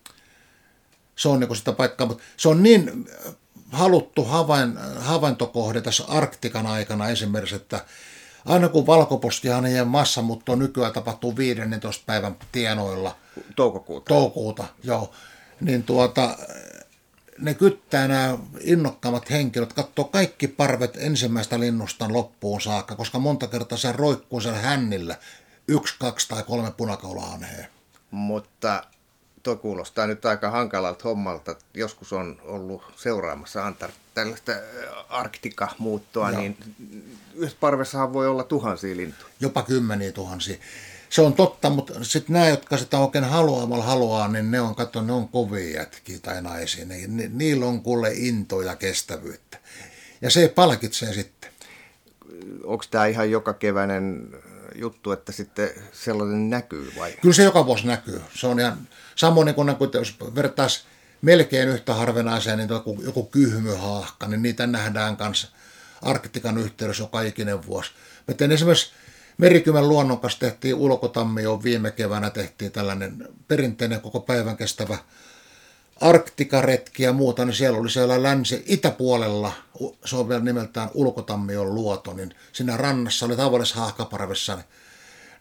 se on niin sitä paikkaa, mutta se on niin haluttu havain, havaintokohde tässä Arktikan aikana esimerkiksi, että aina kun valkoposkihanhien massamuutto nykyään tapahtuu viidennentoista päivän tienoilla. Toukokuuta. Toukokuuta, joo. Niin tuota, ne kyttää nämä innokkaammat henkilöt, katsoo kaikki parvet ensimmäistä linnustan loppuun saakka, koska monta kertaa se roikkuu siellä hännillä yksi, kaksi tai kolme punakaulahanhea. Mutta tuo kuulostaa nyt aika hankalalta hommalta. Joskus on ollut seuraamassa Antar- tällaista Arktika-muuttoa, ja niin yhdessä parvessahan voi olla tuhansia lintuja. Jopa kymmeniä tuhansia. Se on totta, mutta sitten nämä, jotka sitä oikein haluamalla haluaa, niin ne on, katso, ne on kovia jätkiä tai naisia. Ni, ni, niillä on kuule intoa ja kestävyyttä. Ja se palkitsee sitten. Onko tämä ihan joka keväinen juttu, että sitten sellainen näkyy vai? Kyllä se joka vuosi näkyy. Se on ihan samoin kuin jos vertaisi melkein yhtä harvinaiseen, niin joku, joku kyhmyhaahka, niin niitä nähdään kanssa Arktikan yhteydessä joka ikinen vuosi. Me tein esimerkiksi Merikymän luonnon kanssa tehtiin ulkotammioon viime keväänä, tehtiin tällainen perinteinen koko päivän kestävä Arktikaretki ja muuta, niin siellä oli siellä länsi-itäpuolella, se on vielä nimeltään Ulkotammion luoto, niin siinä rannassa oli tavallisessa haahkaparvessa niin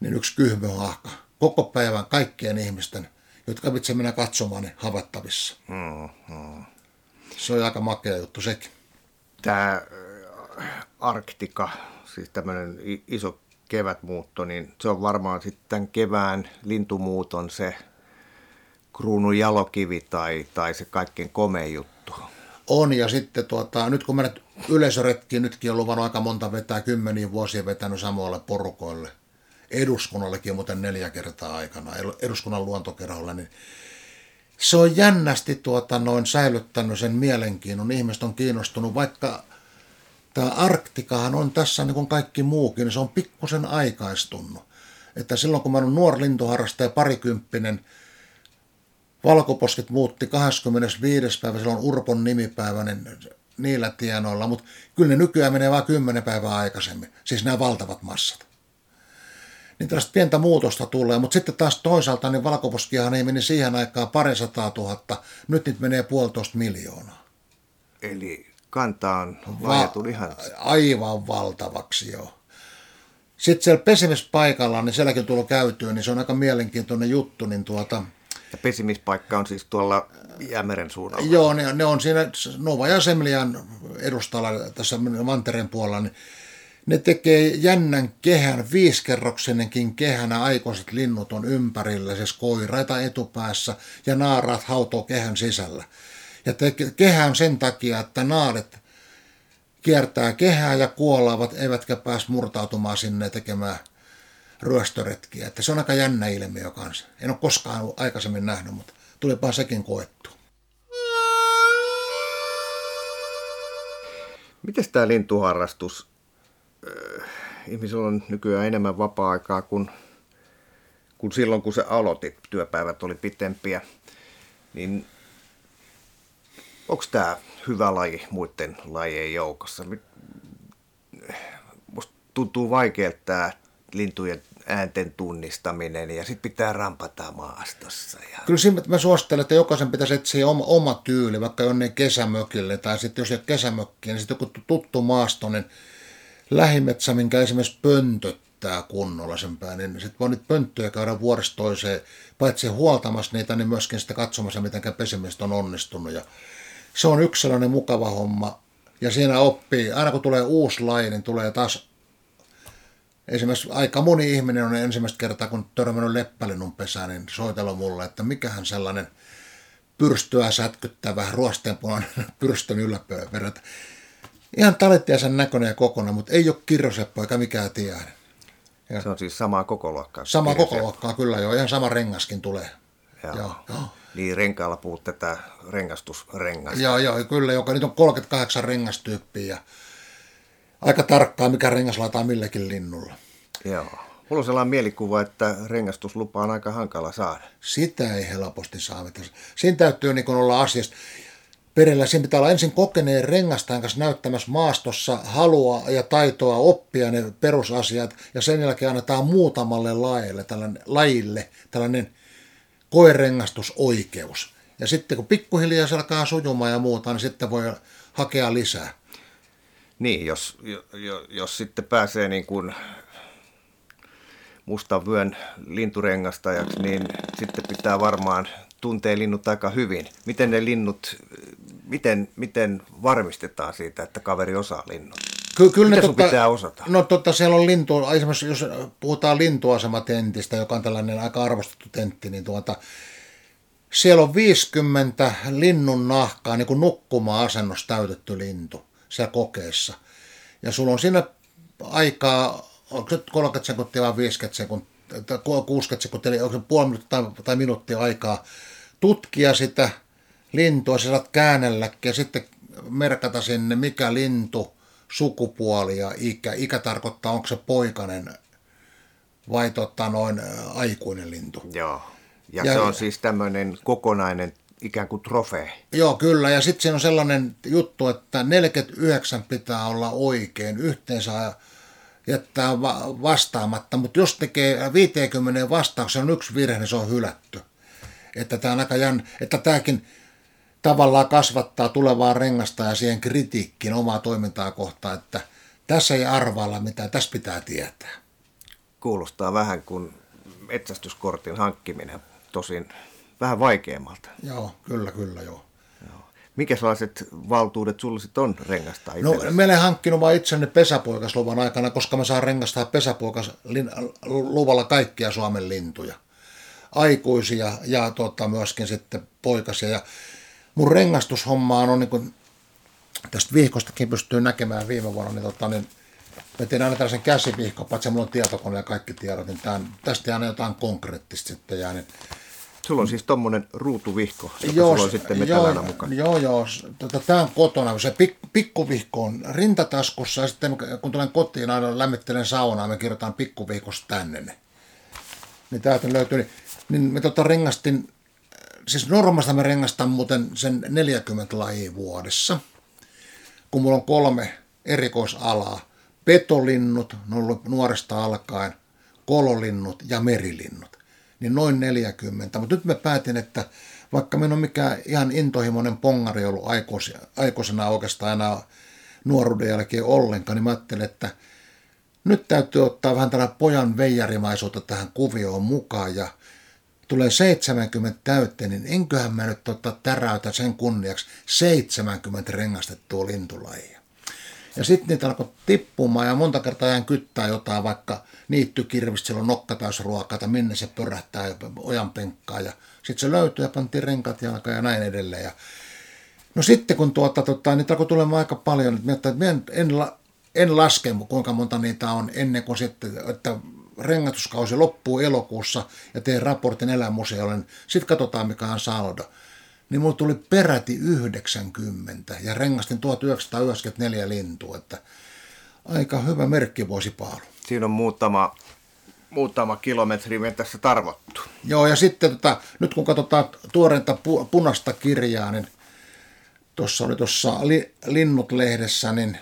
niin yksi kyhmyhahka. Koko päivän kaikkien ihmisten, jotka vitsi mennä katsomaan, niin havaittavissa. Mm, mm. Se on aika makea juttu sekin. Tämä Arktika, siis tämmöinen iso kevätmuutto, niin se on varmaan sitten tämän kevään lintumuuton se kruunun jalokivi tai, tai se kaikkein komein juttu. On, ja sitten tuota, nyt kun menet yleisöretkiin, nytkin on luvannut aika monta vetää, kymmeniä vuosia vetänyt samoille porukoille. Eduskunnallekin muuten neljä kertaa aikana, eduskunnan luontokerholla, niin se on jännästi tuota, noin säilyttänyt sen mielenkiinnon. Ihmiset on kiinnostunut, vaikka tämä Arktikahan on tässä niin kuin kaikki muukin, niin se on pikkusen aikaistunut. Että silloin kun mä olen nuori lintuharrastaja, parikymppinen, valkoposkit muutti kahdeskymmenesviides päivä, silloin Urpon nimipäivä, niin niillä tienoilla, mutta kyllä ne nykyään menee vain kymmenen päivää aikaisemmin, siis nämä valtavat massat. Niin tällaista pientä muutosta tulee, mutta sitten taas toisaalta niin valkoposkiahan ei meni siihen aikaan parisataa tuhatta, nyt niitä menee puolitoista miljoonaa. Eli kanta on laajentunut ihan... Aivan valtavaksi, joo. Sitten siellä pesimispaikalla, niin sielläkin tullut käytyä, niin se on aika mielenkiintoinen juttu, niin tuota... Ja pesimispaikka on siis tuolla Jäämeren suunnalla. Joo, ne, ne on siinä Nova ja Semlian edustalla tässä mantereen puolella, niin ne tekee jännän kehän, viisikerroksenenkin kehänä, aikuiset linnut on ympärillä, siis koiraita etupäässä ja naaraat hautoo kehän sisällä. Ja te, kehä on sen takia, että naaret kiertää kehää ja kuolaavat, eivätkä pääs murtautumaan sinne tekemään ryöstöretkiä. Että se on aika jännä ilmiö kanssa. En ole koskaan aikaisemmin nähnyt, mutta tulipa sekin koettu. Mites tämä lintuharrastus? Ihmisillä on nykyään enemmän vapaa-aikaa kuin, kuin silloin, kun se aloitit. Työpäivät oli pitempiä. Niin onko tämä hyvä laji muiden lajien joukossa? Musta tuntuu vaikealta tämä lintujen äänten tunnistaminen ja sitten pitää rampata maastossa. Ja... Kyllä siinä mä suosittelen, että jokaisen pitäisi etsiä oma, oma tyyli, vaikka jonnekin kesämökille tai sitten jos ei ole kesämökkiä, niin sitten joku tuttu maastoinen lähimetsä, minkä esimerkiksi pöntöttää kunnolla sen päin, niin sitten voi niitä pönttöjä käydä vuodesta toiseen, paitsi huoltamassa niitä, niin myöskin sitten katsomassa, miten pesimistä on onnistunut. Ja se on yksi sellainen mukava homma, ja siinä oppii, aina kun tulee uusi laji, niin tulee taas, esimerkiksi aika moni ihminen on ensimmäistä kertaa, kun törmännyt leppälinnun pesään, niin soitellut mulle, että mikähän sellainen pyrstöä sätkyttävä, ruosteenpunainen pyrstön yläpöydä. Ihan talittiaisen näköinen ja kokonaan, mutta ei ole kirroseppo eikä mikään tiedä. Se on siis samaa kokoluokkaa. Sama kokoluokkaa, kyllä joo. Ihan sama rengaskin tulee. Joo. Joo. Joo. Niin renkaalla puhut tätä rengastusrengasta. Joo, joo, kyllä, joka nyt on kolmekymmentäkahdeksan rengastyyppiä. Ja aika tarkkaa, mikä rengas laitetaan millekin linnulla. Joo. Mulla on sellainen mielikuva, että rengastuslupa on aika hankala saada. Sitä ei helposti saa. Siinä täytyy niin olla asiasta perillä. Siinä pitää olla ensin kokeneen rengastajan kanssa näyttämässä maastossa halua ja taitoa oppia ne perusasiat. Ja sen jälkeen annetaan muutamalle lajille tällainen, lajille tällainen koerengastusoikeus. Ja sitten kun pikkuhiljaa se alkaa sujumaan ja muuta, niin sitten voi hakea lisää. Niin, jos, jos, jos sitten pääsee niin kuin mustan vyön linturengastajaksi, niin sitten pitää varmaan tuntea linnut aika hyvin. Miten ne linnut, miten, miten varmistetaan siitä, että kaveri osaa linnut? Ky- kyllä Mitä ne sun totta, pitää osata? No totta, siellä on lintu, esimerkiksi jos puhutaan lintuasematentistä, joka on tällainen aika arvostettu tentti, niin tuota, siellä on viisikymmentä linnun nahkaa, niin kuin nukkuma-asennossa täytetty lintu siellä kokeessa. Ja sulla on siinä aikaa, onko se kolmekymmentä sekuntia vai viisikymmentä sekuntia, tai kuusikymmentä sekuntia, eli onko se puoli minuuttia tai, tai minuuttia aikaa tutkia sitä lintua, sä saat käännelläkin ja sitten merkata sinne, mikä lintu, sukupuoli ja ikä. Ikä tarkoittaa, onko se poikainen vai tota, noin aikuinen lintu. Joo, ja, ja se on siis tämmöinen kokonainen ikään kuin trofee. Joo, kyllä, ja sitten siinä on sellainen juttu, että neljäkymmentäyhdeksän pitää olla oikein, yhteen saa jättää vastaamatta, mutta jos tekee viisikymmentä vastauksen on yksi virhe, niin se on hylätty. Että tämä on aika jänn, että tämäkin tavallaan kasvattaa tulevaa rengasta ja siihen kritiikkiin omaa toimintaa kohtaan, että tässä ei arvailla mitään, tässä pitää tietää. Kuulostaa vähän kuin metsästyskortin hankkiminen, tosin vähän vaikeammalta. Joo, kyllä, kyllä, joo. Mikä sellaiset valtuudet sulla sitten on rengastaa itsellesi? No, mä olen hankkinut vaan itselleni pesäpoikasluvan aikana, koska mä saan rengastaa pesäpoikasluvalla kaikkia Suomen lintuja. Aikuisia ja tota, myöskin sitten poikasia. Ja mun rengastushommaan on niin kuin, tästä vihkostakin pystyy näkemään viime vuonna, niin, tota, niin mä tein aina tällaisen käsivihko, paitsi mulla on tietokone ja kaikki tiedot, niin tämän, tästä jää aina jotain konkreettista sitten jää. Niin, sulla on siis tommonen ruutuvihko, joka joo, sulla on sitten metälänä mukana. Joo, joo. Tota, tämä on kotona. Se pik, pikkuvihko on rintataskussa ja sitten kun tulen kotiin aina lämmittelen saunaa, me kirjoitan pikkuvihkosta tänne. Niin täältä löytyy. Niin, niin me tota rengastin, siis normasta me rengastan muuten sen neljäkymmentä lajia vuodessa, kun mulla on kolme erikoisalaa. Petolinnut, ne on ollut nuoresta alkaen, kololinnut ja merilinnut. Niin noin neljäkymmentä. Mutta nyt mä päätin, että vaikka minä en ole mikään ihan intohimoinen pongari ollut aikuisena oikeastaan enää nuoruuden jälkeen ollenkaan, niin mä ajattelin, että nyt täytyy ottaa vähän tällainen pojan veijarimaisuutta tähän kuvioon mukaan ja tulee seitsemänkymmentä täyteen, niin enköhän mä nyt ottaa täräytä sen kunniaksi seitsemänkymmentä rengastettua lintulajia. Ja sitten niitä alkoi tippumaan ja monta kertaa jään kyttää jotain, vaikka niittykirvistä, silloin nokka taas ruokaa, tai minne se pörähtää ojan penkkaa. Ja sitten se löytyi ja pantiin renkat jalkaan ja näin edelleen. Ja no sitten kun tuota, tota, niitä alkoi tulemaan aika paljon, että en, en, en laske kuinka monta niitä on ennen kuin sitten, että rengatuskausi loppuu elokuussa ja teen raportin eläinmuseolle. Sitten katsotaan mikä on saldo. Niin mulla tuli peräti yhdeksänkymmentä ja rengastin tuhatyhdeksänsataayhdeksänkymmentäneljä lintua, että aika hyvä merkkivuosipaalu. Siinä on muutama, muutama kilometri me tässä tarvottu. Joo, ja sitten tota, nyt kun katsotaan tuoreinta pu, punaista kirjaa, niin tuossa oli tuossa li, Linnut-lehdessä, niin,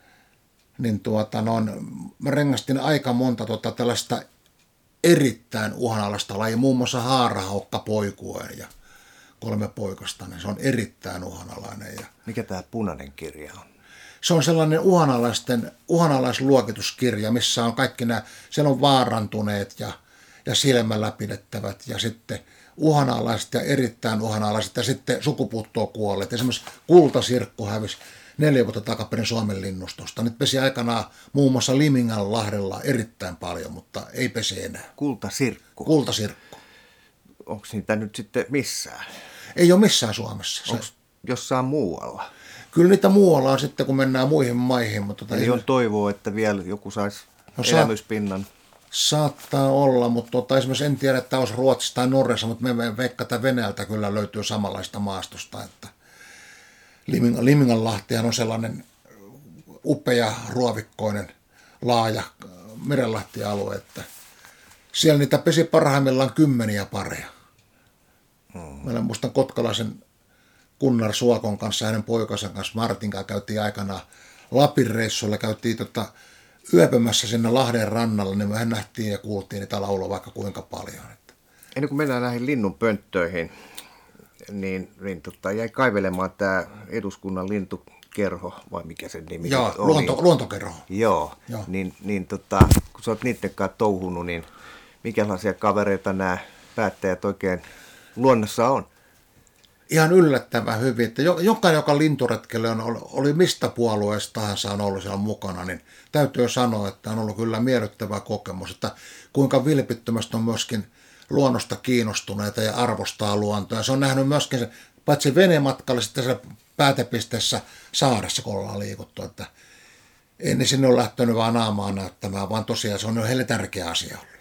niin tuota, no, mä rengastin aika monta tota, tällaista erittäin uhanalaista lajia, muun muassa haarahaukka poikuen ja kolme poikasta, niin se on erittäin uhanalainen. Ja mikä tämä punainen kirja on? Se on sellainen uhanalaisten, uhanalaisluokituskirja, missä on kaikki nämä, siellä on vaarantuneet ja, ja silmällä pidettävät ja sitten uhanalaiset ja erittäin uhanalaiset ja sitten sukupuuttoon kuolleet. Esimerkiksi kultasirkku hävisi neljä vuotta takaperin Suomen linnustosta. Nyt pesi aikanaan muun muassa Limingan lahdella erittäin paljon, mutta ei pesi enää. Kultasirkku? Kultasirkku. Onko niitä nyt sitten missään? Ei ole missään Suomessa. Onko jossain muualla? Kyllä niitä muualla on sitten, kun mennään muihin maihin. Mutta tota eli on toivoa, että vielä joku saisi no, elämyspinnan. Saattaa olla, mutta tota, esimerkiksi en tiedä, että olisi Ruotsissa tai Norjassa, mutta me veikkataan Venäjältä kyllä löytyy samanlaista maastosta. Että Limingan, Liminganlahtihan on sellainen upea, ruovikkoinen, laaja merenlahtialue, että siellä niitä pesi parhaimmillaan kymmeniä pareja. Hmm. Mä muistan kotkalaisen Gunnar Suokon kanssa, hänen poikansa kanssa, Martin kanssa käytiin aikanaan Lapin reissuilla, käytiin tota, yöpymässä sinne Lahden rannalla, niin mehän nähtiin ja kuultiin niitä laulua vaikka kuinka paljon. Ennen kuin mennään näihin linnunpönttöihin, niin, niin tota, jäi kaivelemaan tämä eduskunnan lintukerho, vai mikä sen nimi Joo, oli? Luonto, luontokerho. Joo, Joo. Niin, niin tota, kun sä oot niitten kanssa touhunut, niin mikälaisia kavereita nämä päättäjät oikein luonnossa on? Ihan yllättävän hyvin, että jokainen, joka linturetkelle on, oli mistä puolueesta tahansa on ollut siellä mukana, niin täytyy sanoa, että on ollut kyllä miellyttävä kokemus, että kuinka vilpittömästi on myöskin luonnosta kiinnostuneita ja arvostaa luontoa. Se on nähnyt myöskin se, paitsi venematkalla sitten siellä päätepisteessä saaressa, kun ollaan liikuttu, että ei ne sinne ole lähtenyt vaan naamaa näyttämään, vaan tosiaan se on jo heille tärkeä asia ollut.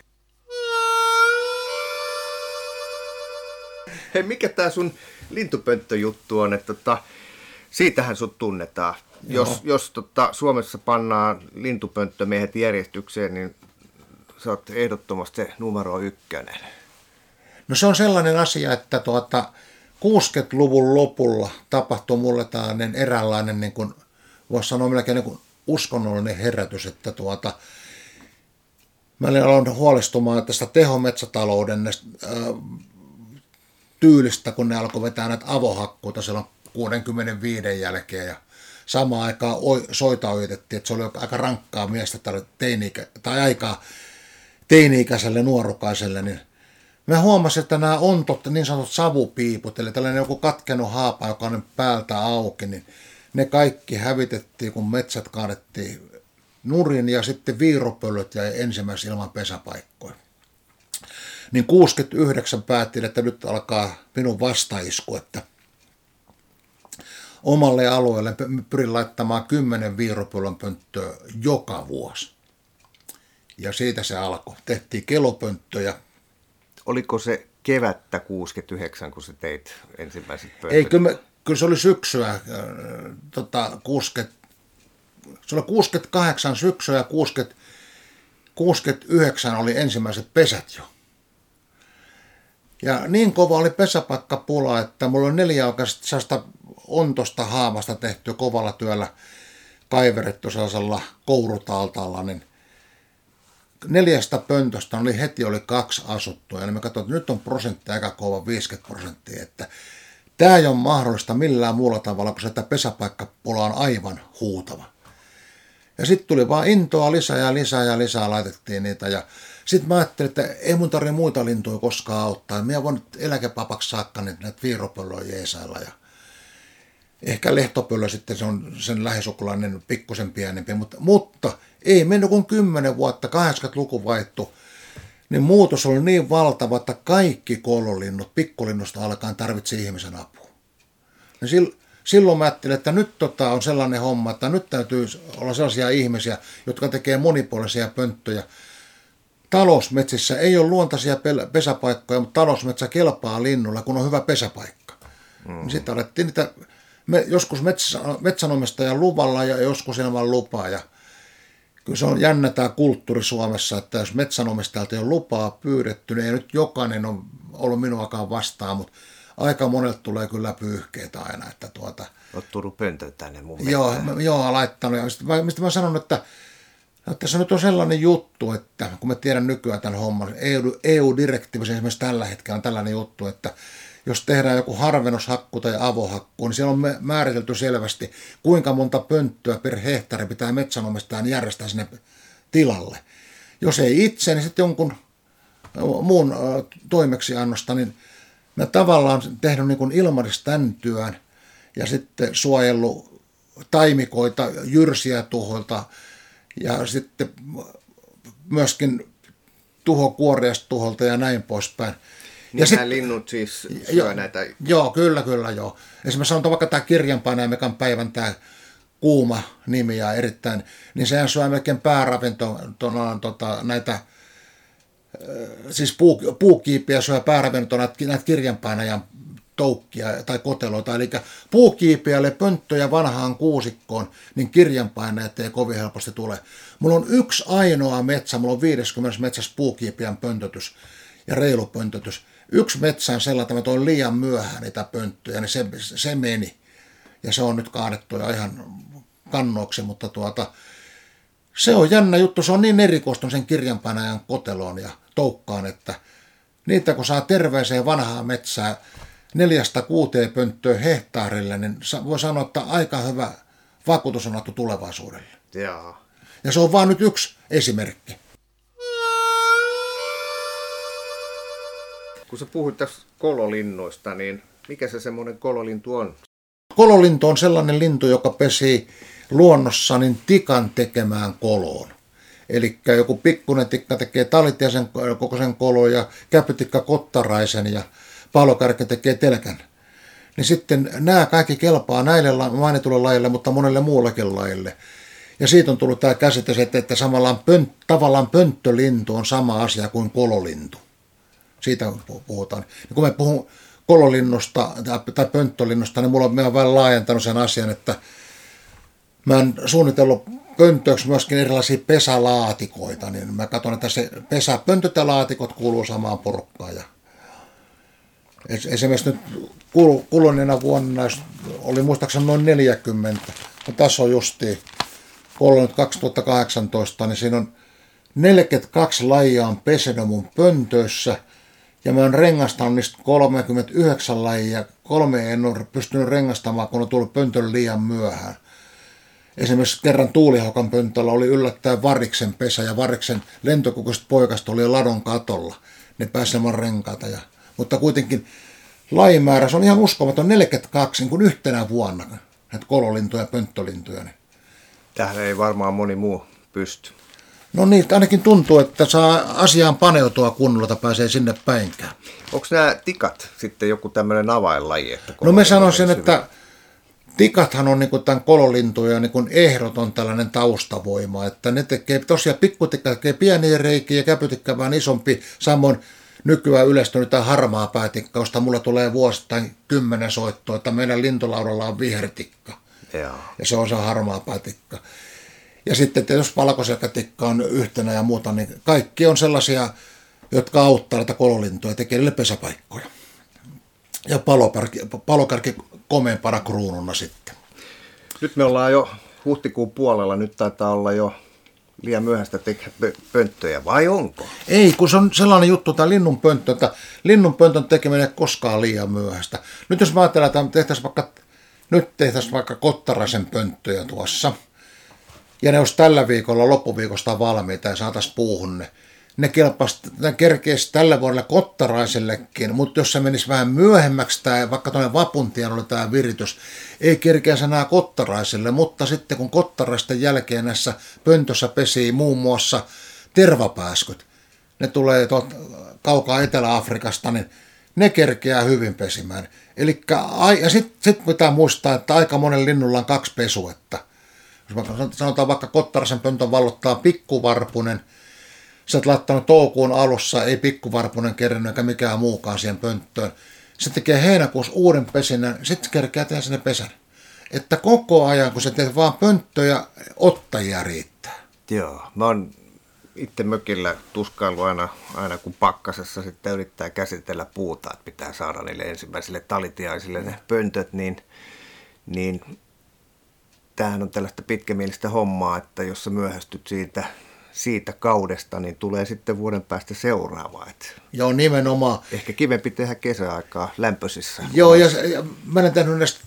Hei, mikä tämä sun lintupönttöjuttu on, että tota, siitähän sut tunnetaan. Joo. Jos, jos tota, Suomessa pannaan lintupönttömiehet järjestykseen, niin sä oot ehdottomasti se numero ykkönen. No se on sellainen asia, että tuota, kuusikymmentäluvun lopulla tapahtui mulle tällainen eräänlainen, niin kuin, voisi sanoa melkein niin kuin uskonnollinen herätys, että tuota, mä aloin huolestumaan tästä tehometsätalouden näistä, äh, tyylistä, kun ne alkoi vetää näitä avohakkuita silloin kuusikymmentäviisi jälkeen ja samaan aikaan soita ojitettiin, että se oli aika rankkaa miestä tai, teini- tai aikaa teini-ikäiselle nuorukaiselle, niin mä huomasin, että nämä ontot, niin sanotut savupiiput, eli tällainen joku katkenut haapa, joka on päältä auki, niin ne kaikki hävitettiin, kun metsät kaadettiin nurin ja sitten viiropöllöt jäi ensimmäisenä ilman pesäpaikkoja. Niin kuusikymmentäyhdeksän päätin, että nyt alkaa minun vastaisku, että omalle alueelle pyrin laittamaan kymmenen viiropöllön pönttöä joka vuosi. Ja siitä se alkoi. Tehtiin kelopönttöjä. Oliko se kevättä kuusikymmentäyhdeksän, kun sä teit ensimmäiset pöntöt? Ei, kyllä, me, kyllä se oli syksyä. Äh, tota, kuusikymmentä, se oli kuusikymmentäkahdeksan syksyä ja kuusikymmentä, kuusikymmentäyhdeksän oli ensimmäiset pesät jo. Ja niin kova oli pesäpaikkapula, että mulla oli neljä oikeastaan ontosta haamasta tehty kovalla työllä kaiverettu sellaisella kourutaaltaalla, niin neljästä pöntöstä oli heti oli kaksi asuttua. Ja me katsoin, että nyt on prosentti aika kova, viisikymmentä prosenttia, että tämä ei ole mahdollista millään muulla tavalla, kun se että pesäpaikkapula on aivan huutava. Ja sitten tuli vaan intoa lisää ja lisää ja lisää laitettiin niitä. Ja sitten mä ajattelin, että ei mun tarvitse muita lintuja koskaan auttaa. Minä voin nyt eläkepapaksi saakka näitä viiropöllöä jeesailla. Ja ehkä lehtopöllö sitten se on sen lähisukulainen pikkusen pienempi. Mutta, mutta ei mennyt kuin kymmenen vuotta, kahdeksankymmentäluku vaihtu. Niin muutos oli niin valtava, että kaikki kololinnut, pikkulinnusta alkaen tarvitsi ihmisen apua. Ja silloin Silloin mä ajattelin, että nyt tota on sellainen homma, että nyt täytyy olla sellaisia ihmisiä, jotka tekee monipuolisia pönttöjä. Talousmetsissä ei ole luontaisia pesäpaikkoja, mutta talousmetsä kelpaa linnulla, kun on hyvä pesäpaikka. Mm. Sitten alettiin niitä, me, joskus metsä, metsänomistajan luvalla ja joskus ilman lupaa. Ja kyllä se on jännä tämä kulttuuri Suomessa, että jos metsänomistajalta ei ole lupaa pyydetty, niin ei nyt jokainen on ollut minuakaan vastaan, mutta aika monelta tulee kyllä pyyhkeitä aina, että tuota... Olet tullut pöntöt tänne mun Joo, mä, joo, laittanut. Ja sit mä, mistä mä sanon, että, että se nyt on sellainen juttu, että kun mä tiedän nykyään tämän homman, E U-direktiivi esimerkiksi tällä hetkellä on tällainen juttu, että jos tehdään joku harvennushakku tai avohakku, niin siellä on määritelty selvästi, kuinka monta pönttöä per hehtaari pitää metsänomistajan järjestää sinne tilalle. Jos ei itse, niin sitten jonkun muun toimeksiannosta, niin mä tavallaan tehnyt niin kuin ilmarista tämän työn ja sitten suojellut taimikoita jyrsiä tuholta ja sitten myöskin tuhokuoriasta tuholta ja näin poispäin. Niin ja nämä linnut siis syö jo, näitä? Joo, kyllä, kyllä, joo. Esimerkiksi sanotaan vaikka tämä kirjanpainaimekan päivän tämä kuuma nimi ja erittäin, niin sehän syö melkein pääravintona tota, näitä siis puu, puukiipiä syö pääravintona näitä kirjanpainajan toukkia tai koteloita. Eli puukiipiälle pönttöjä vanhaan kuusikkoon, niin kirjanpainajat ei kovin helposti tule. Mulla on yksi ainoa metsä, mulla on viisikymmentä metsässä puukiipiän pöntötys ja reilu pöntötys. Yksi metsä on sellainen, että mä toin liian myöhään niitä pönttöjä, niin se, se meni. Ja se on nyt kaadettu ja ihan kannoksi, mutta tuota... Se on jännä juttu, se on niin erikoistunut sen kirjanpainajan koteloon ja toukkaan, että niitä kun saa terveeseen vanhaa metsää neljästä kuuteen pönttöä hehtaarille, niin voi sanoa, että aika hyvä vakuutus on annettu tulevaisuudelle. Jaa. Ja se on vaan nyt yksi esimerkki. Kun sä puhuit tässä kololinnoista, niin mikä se semmoinen kololintu on? Kololintu on sellainen lintu, joka pesii luonnossa niin tikan tekemään koloon. Eli joku pikkuinen tikka tekee talitiaisen kokoisen kolon ja käpytikka kottaraisen ja palokärkä tekee telkän. Niin sitten nämä kaikki kelpaa näille mainitulle lajille, mutta monelle muullekin lajille. Ja siitä on tullut tämä käsitys, että, että samalla pönt, tavallaan pönttölintu on sama asia kuin kololintu. Siitä puhutaan. Ja kun me puhun kololinnusta tai pönttölinnusta, niin mulla on, mä vähän laajentanut sen asian, että mä oon suunnitellut pöntöksi myöskin erilaisia pesälaatikoita, niin mä katson, että se pesäpöntöt ja laatikot kuuluu samaan porukkaan. Ja esimerkiksi nyt kuluneena vuonna oli muistaakseni noin neljäkymmentä, ja tässä on justiin, kun ollaan nyt kaksituhattakahdeksantoista, niin siinä on neljäkymmentäkaksi lajia on pesenyt mun pöntöissä, ja mä oon rengastanut niistä kolmekymmentäyhdeksän lajia, kolme en ole pystynyt rengastamaan, kun on tullut pöntön liian myöhään. Esimerkiksi kerran tuulihaukan pöntöllä oli yllättäen variksen pesä ja variksen lentokokoiset poikasta oli ladon katolla. Ne pääsemään renkaata. Ja, mutta kuitenkin lajimäärä, se on ihan uskomaton neljäkymmentäkaksi niin kuin yhtenä vuonna. Näitä kololintuja ja pönttölintuja. Niin. Tähän ei varmaan moni muu pysty. No niin, ainakin tuntuu, että saa asiaan paneutua kunnolla, että pääsee sinne päinkään. Onko nämä tikat sitten joku tämmöinen avainlaji? Että no mä sanoisin, että tikathan on niin kuin tämän kololintuja niin kuin ehdoton tällainen taustavoima, että ne tekee tosiaan pikkutikka tekee pieniä reikiä ja käpytikka vähän isompi, samoin nykyään yleistynyt tämä harmaa päätikka, josta mulla tulee vuosittain kymmenen soittoa, että meidän lintulaudalla on vihertikka. Joo. Ja se on se harmaa päätikka. Ja sitten jos valkoselkätikka on yhtenä ja muuta, niin kaikki on sellaisia, jotka auttaa näitä kololintuja ja tekee niille pesäpaikkoja. Ja palokärki, palokärki komeampana kruununa sitten. Nyt me ollaan jo huhtikuun puolella, nyt taitaa olla jo liian myöhäistä tehdä pönttöjä, vai onko? Ei, kun se on sellainen juttu, tämä linnun pönttö, että linnun pöntön tekeminen ei koskaan liian myöhäistä. Nyt jos mä ajatellaan, että tehtäisiin vaikka, nyt tehtäisiin vaikka Kottaraisen pönttöjä tuossa, ja ne olisi tällä viikolla loppuviikosta valmiita ja saataisiin puuhun ne. Ne, kelpaisi, ne kerkeisi tällä vuodella Kottaraisellekin, mutta jos se menisi vähän myöhemmäksi, tämä, vaikka tuonne vapuntien oli tämä viritys, ei kerkeäisi enää Kottaraiselle, mutta sitten kun Kottaraisten jälkeen näissä pöntössä pesii muun muassa tervapääskyt, ne tulee tuot kaukaa Etelä-Afrikasta, niin ne kerkeää hyvin pesimään. Elikkä, ja sitten sit pitää muistaa, että aika monen linnulla on kaksi pesuetta. Jos sanotaan vaikka Kottaraisen pöntön vallottaa pikkuvarpunen, sä oot laittanut toukokuun alussa, ei pikkuvarpunen kerännyt eikä mikään muukaan siihen pönttöön. Se tekee heinäkuussa uuden pesinnän, sitten kerkeää tehdä sinne pesän. Että koko ajan, kun sä teet vaan pönttöjä, ottajia riittää. Joo, mä oon itse mökillä tuskailu aina, aina kun pakkasessa sitten yrittää käsitellä puuta, että pitää saada niille ensimmäisille talitiaisille ne pöntöt, niin, niin tämähän on tällaista pitkämielistä hommaa, että jos sä myöhästyt siitä, siitä kaudesta, niin tulee sitten vuoden päästä seuraava. Et Joo, nimenomaan. Ehkä kivempi tehdä kesäaikaa lämpöisissä. Joo, ja, ja mä olen tehnyt näistä,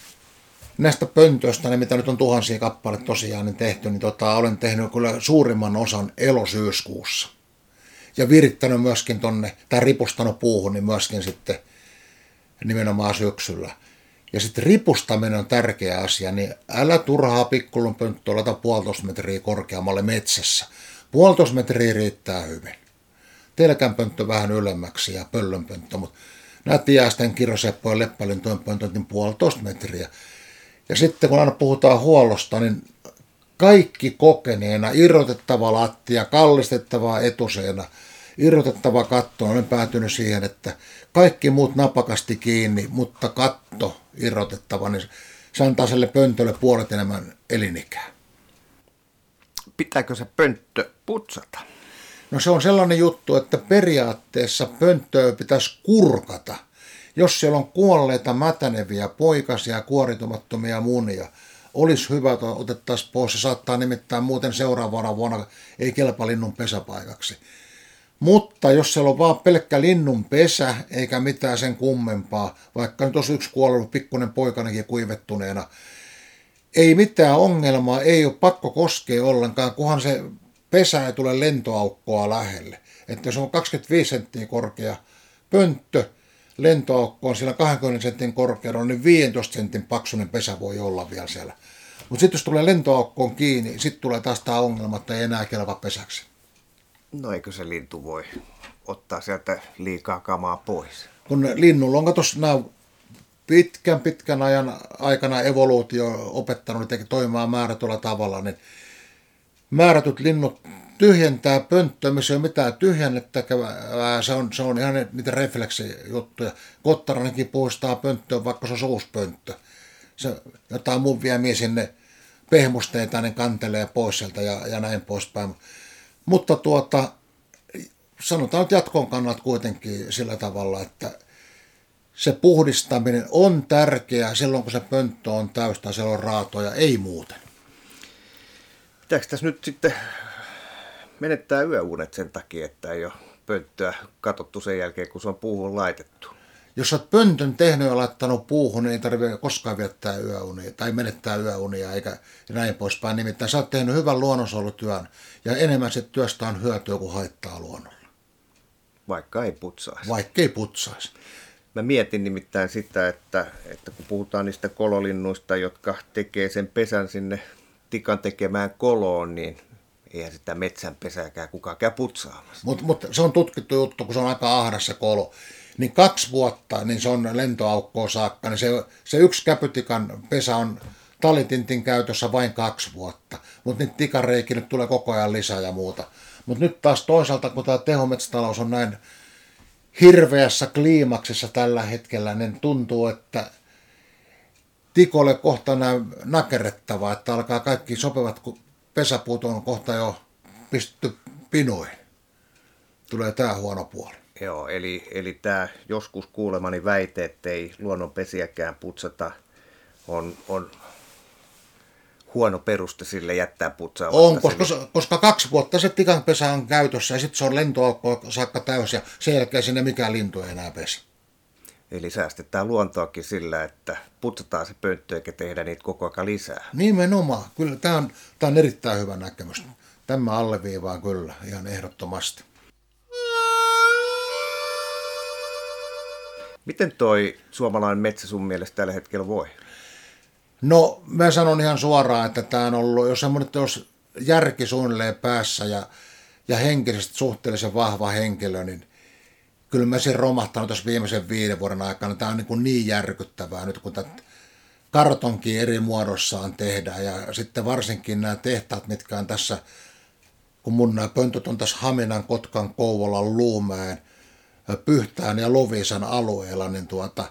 näistä pöntöistä, niin mitä nyt on tuhansia kappaleita tosiaan niin tehty, niin tota, olen tehnyt kyllä suurimman osan elosyyskuussa. Ja virittänyt myöskin tonne, tai ripustanut puuhun, niin myöskin sitten nimenomaan syksyllä. Ja sitten ripustaminen on tärkeä asia, niin älä turhaa pikkulun pönttöä laita puolitoista metriä korkeammalle metsässä. Puolitoista metriä riittää hyvin. Telkän pönttö vähän ylemmäksi ja pöllön pönttö, mutta nämä tiaisten kirjoseppojen leppälintojen pöntöt niin puolitoista metriä. Ja sitten kun aina puhutaan huollosta, niin kaikki kokeneena, irrotettava lattia, kallistettavaa etuseena, irrotettava katto, olen päätynyt siihen, että kaikki muut napakasti kiinni, mutta katto irrotettava, niin se antaa sille pöntölle puolet enemmän elinikää. Pitääkö se pönttö putsata? No se on sellainen juttu, että periaatteessa pönttöä pitäisi kurkata. Jos siellä on kuolleita mätäneviä poikasia ja kuoritumattomia munia, olisi hyvä, että otettaisiin pois. Se saattaa nimittäin muuten seuraavana vuonna ei kelpaa linnun pesäpaikaksi. Mutta jos siellä on vaan pelkkä linnun pesä, eikä mitään sen kummempaa, vaikka nyt olisi yksi kuollut pikkuinen poikanenkin kuivettuneena, ei mitään ongelmaa, ei ole pakko koskea ollenkaan, kunhan se pesä ei tule lentoaukkoa lähelle. Että jos on kaksikymmentäviisi senttiä korkea pönttö, lentoaukko on siellä kaksikymmentä sentin korkeudella, niin viisitoista sentin paksuinen pesä voi olla vielä siellä. Mutta sitten jos tulee lentoaukkoon kiinni, sitten tulee taas tämä ongelma, että ei enää kelpaa pesäksi. No eikö se lintu voi ottaa sieltä liikaa kamaa pois? Kun linnulla on katos nämä pitkän pitkän ajan aikana evoluutio opettanut teki toimimaan määrätyllä tavalla, niin määrätyt linnut tyhjentää pönttöä, missä ei ole mitään tyhjennettävää, se on, se on ihan niitä refleksijuttuja. Kottaranenkin poistaa pönttöä, vaikka se on souspönttö. Se jotain mun vie mies sinne pehmusteita, niin kantelee pois sieltä ja, ja näin poispäin. Mutta tuota, sanotaan nyt jatkon kannalta kuitenkin sillä tavalla, että se puhdistaminen on tärkeää silloin, kun se pönttö on täystä, siellä on raatoja, ei muuten. Pitääkö tässä nyt sitten menettää yöunet sen takia, että ei ole pönttöä katsottu sen jälkeen, kun se on puuhun laitettu? jos olet pöntön tehnyt ja laittanut puuhun, niin ei tarvitse koskaan viettää yöunia tai menettää yöunia eikä näin poispäin. Nimittäin sä oot tehnyt hyvän luonnonsuojelutyön ja enemmän se työstä on hyötyä kuin haittaa luonnolla. Vaikka ei putsaisi. Vaikka ei putsaisi. Mä mietin nimittäin sitä, että, että kun puhutaan niistä kololinnuista, jotka tekee sen pesän sinne tikan tekemään koloon, niin eihän sitä metsänpesääkään kukaan käy putsaamassa. Mutta mut se on tutkittu juttu, kun se on aika ahdas se kolo. Niin kaksi vuotta, niin se on lentoaukkoon saakka, niin se, se yksi käpytikan pesä on talitintin käytössä vain kaksi vuotta. Mutta niitä tikareikiä nyt tulee koko ajan lisää ja muuta. Mutta nyt taas toisaalta, kun tämä tehometsätalous on näin hirveässä kliimaksessa tällä hetkellä, niin tuntuu, että tikolle kohta näin nakerrettavaa, että alkaa kaikki sopivat, kun pesäpuut on kohta jo pistetty pinoihin. Tulee tämä huono puoli. Joo, eli, eli tämä joskus kuulemani väite, ettei luonnonpesiäkään putsata, on, on huono peruste sille jättää putsaamatta. On, koska, koska kaksi vuotta se tikanpesä on käytössä ja sitten se on lentoaukko saakka täysi ja sen jälkeen sinne mikään lintu ei enää pesi. Eli säästetään luontoakin sillä, että putsataan se pönttö eikä tehdä niitä koko ajan lisää. Nimenomaan. Kyllä tämä on, tämä on erittäin hyvä näkemys. Tämä alleviivaa kyllä ihan ehdottomasti. Miten toi suomalainen metsä sun mielestä tällä hetkellä voi? No, mä sanon ihan suoraan, että tämä on ollut, jos semmoinen olisi järki suunnilleen päässä ja, ja henkisesti suhteellisen vahva henkilö, niin kyllä mä sen romahtanut tässä viimeisen viiden vuoden aikana. Tämä on niin, kuin niin järkyttävää nyt, kun tätä kartonkia eri muodossaan tehdään. Ja sitten varsinkin nämä tehtaat, mitkä on tässä, kun mun nämä pöntöt on tässä Haminan, Kotkan, Kouvolan, Luumäen, Pyhtään ja Loviisan alueella, niin tuota,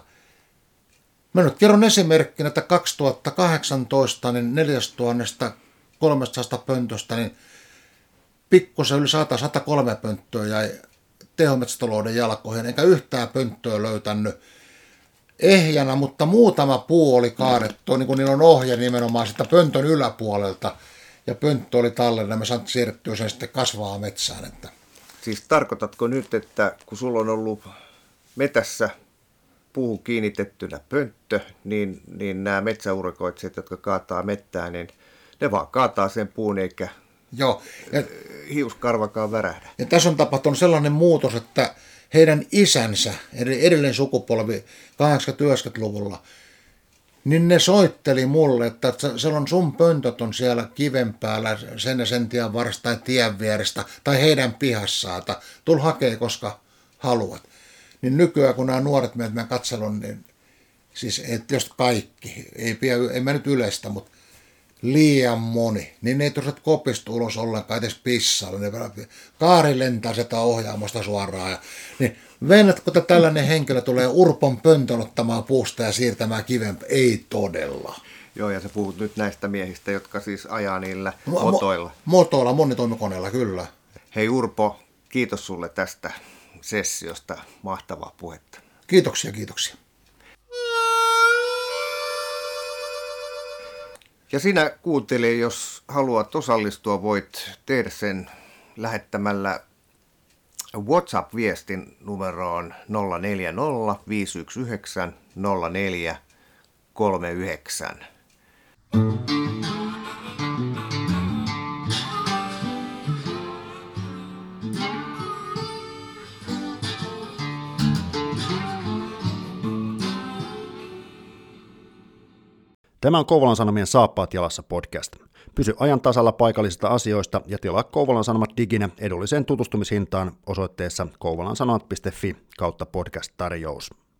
mä nyt kerron esimerkkinä, että kaksituhattakahdeksantoista niin neljätuhattakolmesataa pöntöstä, niin pikkusen yli sata, sata kolme pönttöä jäi tehometsätalouden jalkoihin, enkä yhtään pönttöä löytänyt ehjänä, mutta muutama puu oli kaadettu, niin kuin niillä on ohje nimenomaan sitä pöntön yläpuolelta, ja pönttö oli tallella, ja me saatiin siirrettyä sen sitten kasvaa metsään. Että. Siis tarkoitatko nyt, että kun sulla on ollut metässä puuhun kiinnitettynä pönttö, niin, niin nämä metsäurakoitsijat, jotka kaataa mettää, niin ne vaan kaataa sen puun eikä Joo. Ja, hiuskarvakaan värähdä. Ja tässä on tapahtunut sellainen muutos, että heidän isänsä, edellinen sukupolvi kahdeksankymmentä-yhdeksänkymmentäluvulla, niin ne soitteli mulle, että on sun pöntöt on siellä kiven päällä sen ja sen tien varresta tai tien vierestä tai heidän pihassaan, että tul hakee koska haluat. Niin nykyään kun nämä nuoret meidät mä katselun, niin siis et jos kaikki, ei, pidä, ei mä nyt yleistä, mutta liian moni, niin ne ei tosiaan kopistu ulos ollenkaan edes pissailla. Ne kaari lentää sitä ohjaamosta suoraan. Ja, niin vennätkö, että tällainen henkilö tulee Urpon pöntön ottamaan puusta ja siirtämään kiven? Ei todella. Joo, ja sä puhut nyt näistä miehistä, jotka siis ajaa niillä motoilla. Mo- motoilla, monitoimikoneella, kyllä. Hei Urpo, kiitos sulle tästä sessiosta. Mahtavaa puhetta. Kiitoksia, kiitoksia. Ja sinä kuuntelija, jos haluat osallistua, voit tehdä sen lähettämällä WhatsApp-viestin numeroon nolla neljä nolla viisi yksi yhdeksän nolla neljä kolme yhdeksän. Tämä on Kouvolan Sanomien Saappaat jalassa podcast. Pysy ajan tasalla paikallisista asioista ja tilaa Kouvolan Sanomat diginä edulliseen tutustumishintaan osoitteessa kouvolansanomat piste fi kautta podcast-tarjous.